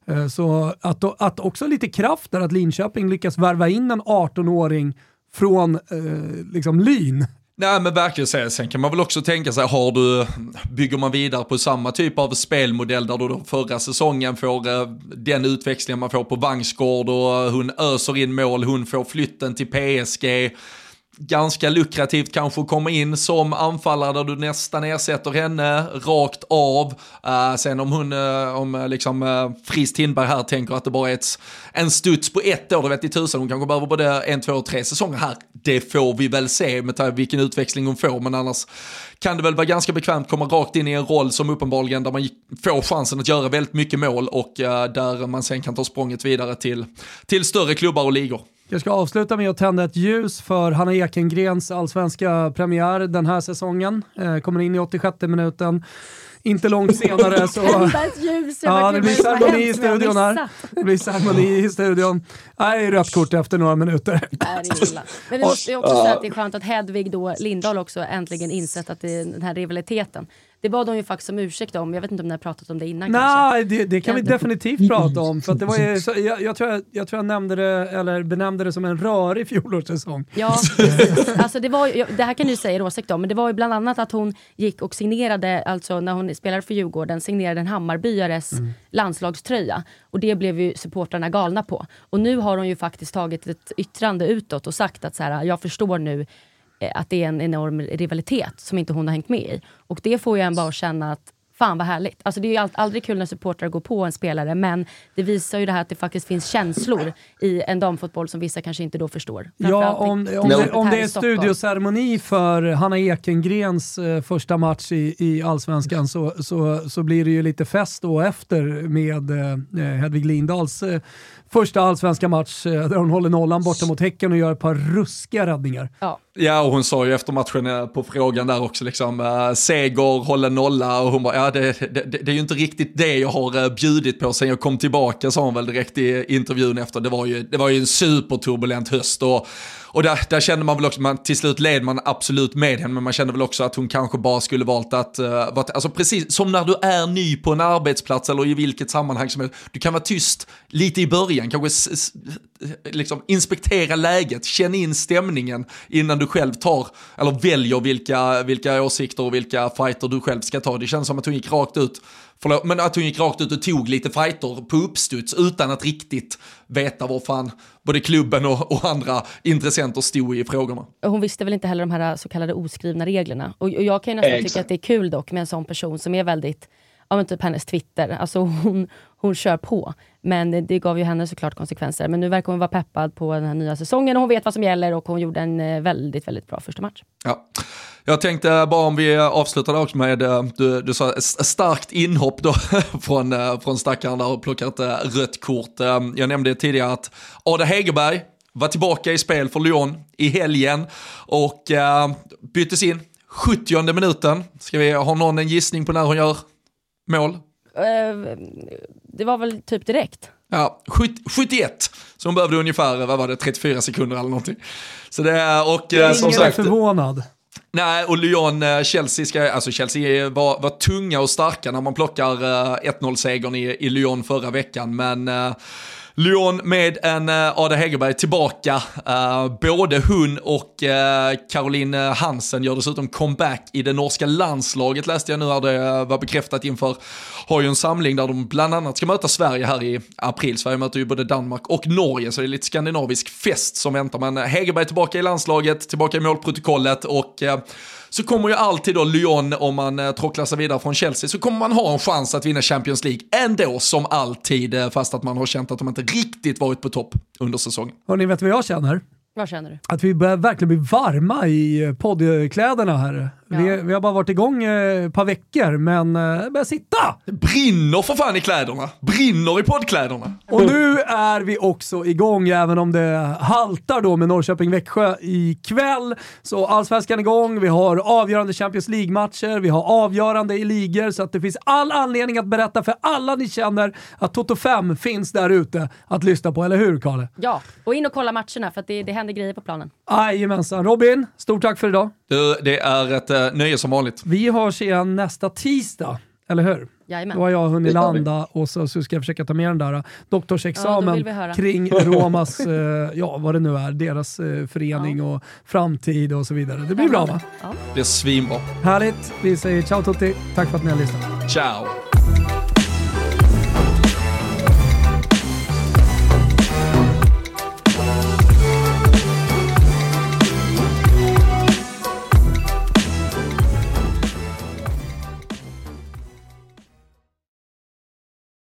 Så att också lite kraft där, att Linköping lyckas värva in en 18-åring från liksom Lyn. Nej, men verkligen, sen kan man väl också tänka sig, bygger man vidare på samma typ av spelmodell där då förra säsongen får den utväxlingen man får på Vangsgård och hon öser in mål, hon får flytten till PSG. Ganska lukrativt kanske att komma in som anfallare där du nästan ersätter henne rakt av. Sen om Fris Tindberg här tänker att det bara är en studs på 1 år, då vet i tusen, hon kanske behöver både 1, 2 och 3 säsonger här. Det får vi väl se med vilken utväxling hon får, men annars kan det väl vara ganska bekvämt att komma rakt in i en roll som uppenbarligen där man får chansen att göra väldigt mycket mål och där man sen kan ta språnget vidare till större klubbar och ligor. Jag ska avsluta med att tända ett ljus för Hanna Ekengrens allsvenska premiär den här säsongen. Kommer in i 86 minuten. Inte långt senare så... det blir ceremoni i studion här. Det blir ceremoni i studion. Nej, rött kort efter några minuter. Det är illa. Men vi måste också säga att det är skönt att Hedvig då Lindahl också äntligen insett att det är den här rivaliteten. Det bad de ju faktiskt om ursäkt om. Jag vet inte om ni har pratat om det innan. Nej, det kan vi definitivt prata om. För att det var ju, jag tror jag nämnde det, eller benämnde det som en rörig fjolårssäsong. Ja, alltså det här kan du säga åsikt om. Men det var ju bland annat att hon gick och signerade, alltså när hon spelade för Djurgården, signerade en Hammarbyares landslagströja. Och det blev ju supportrarna galna på. Och nu har hon ju faktiskt tagit ett yttrande utåt och sagt att så här, jag förstår nu att det är en enorm rivalitet som inte hon har hängt med i. Och det får ju en bara känna att fan vad härligt. Alltså det är ju aldrig kul när supportrar går på en spelare, men det visar ju det här att det faktiskt finns känslor i en damfotboll som vissa kanske inte då förstår. Ja, om det är studioceremoni för Hanna Ekengrens första match i Allsvenskan så blir det ju lite fest då efter med Hedvig Lindahls första allsvenska match där hon håller nollan borta mot Häcken och gör ett par ruskiga räddningar. Ja, och hon sa ju efter matchen på frågan där också seger, hålla nolla, och hon bara, det är ju inte riktigt det jag har bjudit på sen jag kom tillbaka, sa hon väl direkt i intervjun efter. Det var ju en superturbulent höst och där kände man väl också, till slut led man absolut med henne, men man kände väl också att hon kanske bara skulle valt att alltså precis som när du är ny på en arbetsplats eller i vilket sammanhang som helst, du kan vara tyst lite i början, kanske liksom inspektera läget, känna in stämningen innan du själv tar eller väljer vilka åsikter och vilka fighter du själv ska ta. Det känns som att hon gick rakt ut och tog lite fighter på uppstuds utan att riktigt veta var fan både klubben och andra intressenter stod i frågorna. Hon visste väl inte heller de här så kallade oskrivna reglerna. Och jag kan ju nästan tycka att det är kul dock med en sån person som är väldigt, typ hennes Twitter. Alltså hon kör på. Men det gav ju henne såklart konsekvenser. Men nu verkar hon vara peppad på den här nya säsongen och hon vet vad som gäller och hon gjorde en väldigt, väldigt bra första match. Ja. Jag tänkte bara om vi avslutar också med, du sa starkt inhopp då från stackaren där och plockat rött kort. Jag nämnde tidigare att Ada Hegerberg var tillbaka i spel för Lyon i helgen och byttes in 70:e minuten. Ska vi ha någon en gissning på när hon gör mål? Det var väl typ direkt. Ja, 71. Så hon behövde ungefär, 34 sekunder eller någonting. Så det är, och som sagt, förvånad. Nej, och Lyon, Chelsea var tunga och starka när man plockar 1-0-segern i Lyon förra veckan, men Lyon med en Ada Hegerberg tillbaka. Både hon och Caroline Hansen gör dessutom comeback i det norska landslaget, läste jag nu här, det var bekräftat inför, har ju en samling där de bland annat ska möta Sverige här i april. Sverige möter ju både Danmark och Norge, så det är lite skandinavisk fest som väntar. Men Hegerberg tillbaka i landslaget, tillbaka i målprotokollet, och så kommer ju alltid då Lyon, om man tråcklar sig vidare från Chelsea, så kommer man ha en chans att vinna Champions League ändå, som alltid, fast att man har känt att de inte riktigt varit på topp under säsongen. Och ni vet vad jag känner? Vad känner du? Att vi börjar verkligen bli varma i poddkläderna här. Ja. Vi har bara varit igång ett par veckor, men börjar sitta! Det brinner för fan i kläderna. Brinner i poddkläderna. Och nu är vi också igång, även om det haltar då med Norrköping-Växjö ikväll. Så allsvenskan igång, vi har avgörande Champions League-matcher, vi har avgörande i ligor, så att det finns all anledning att berätta för alla ni känner att Toto 5 finns där ute att lyssna på, eller hur, Kalle? Ja, och in och kolla matcherna för att det händer grejer på planen. Jajamensan. Robin, stort tack för idag. Du, det är ett nöje som vanligt. Vi hörs igen nästa tisdag, eller hur? Jajamän. Då har jag hunnit landa och så ska jag försöka ta med den där doktorsexamen kring Romas, vad det nu är, deras förening och framtid och så vidare. Det blir bra, va? Ja. Det är svinbra. Härligt. Vi säger ciao tutti. Tack för att ni har lyssnat. Ciao.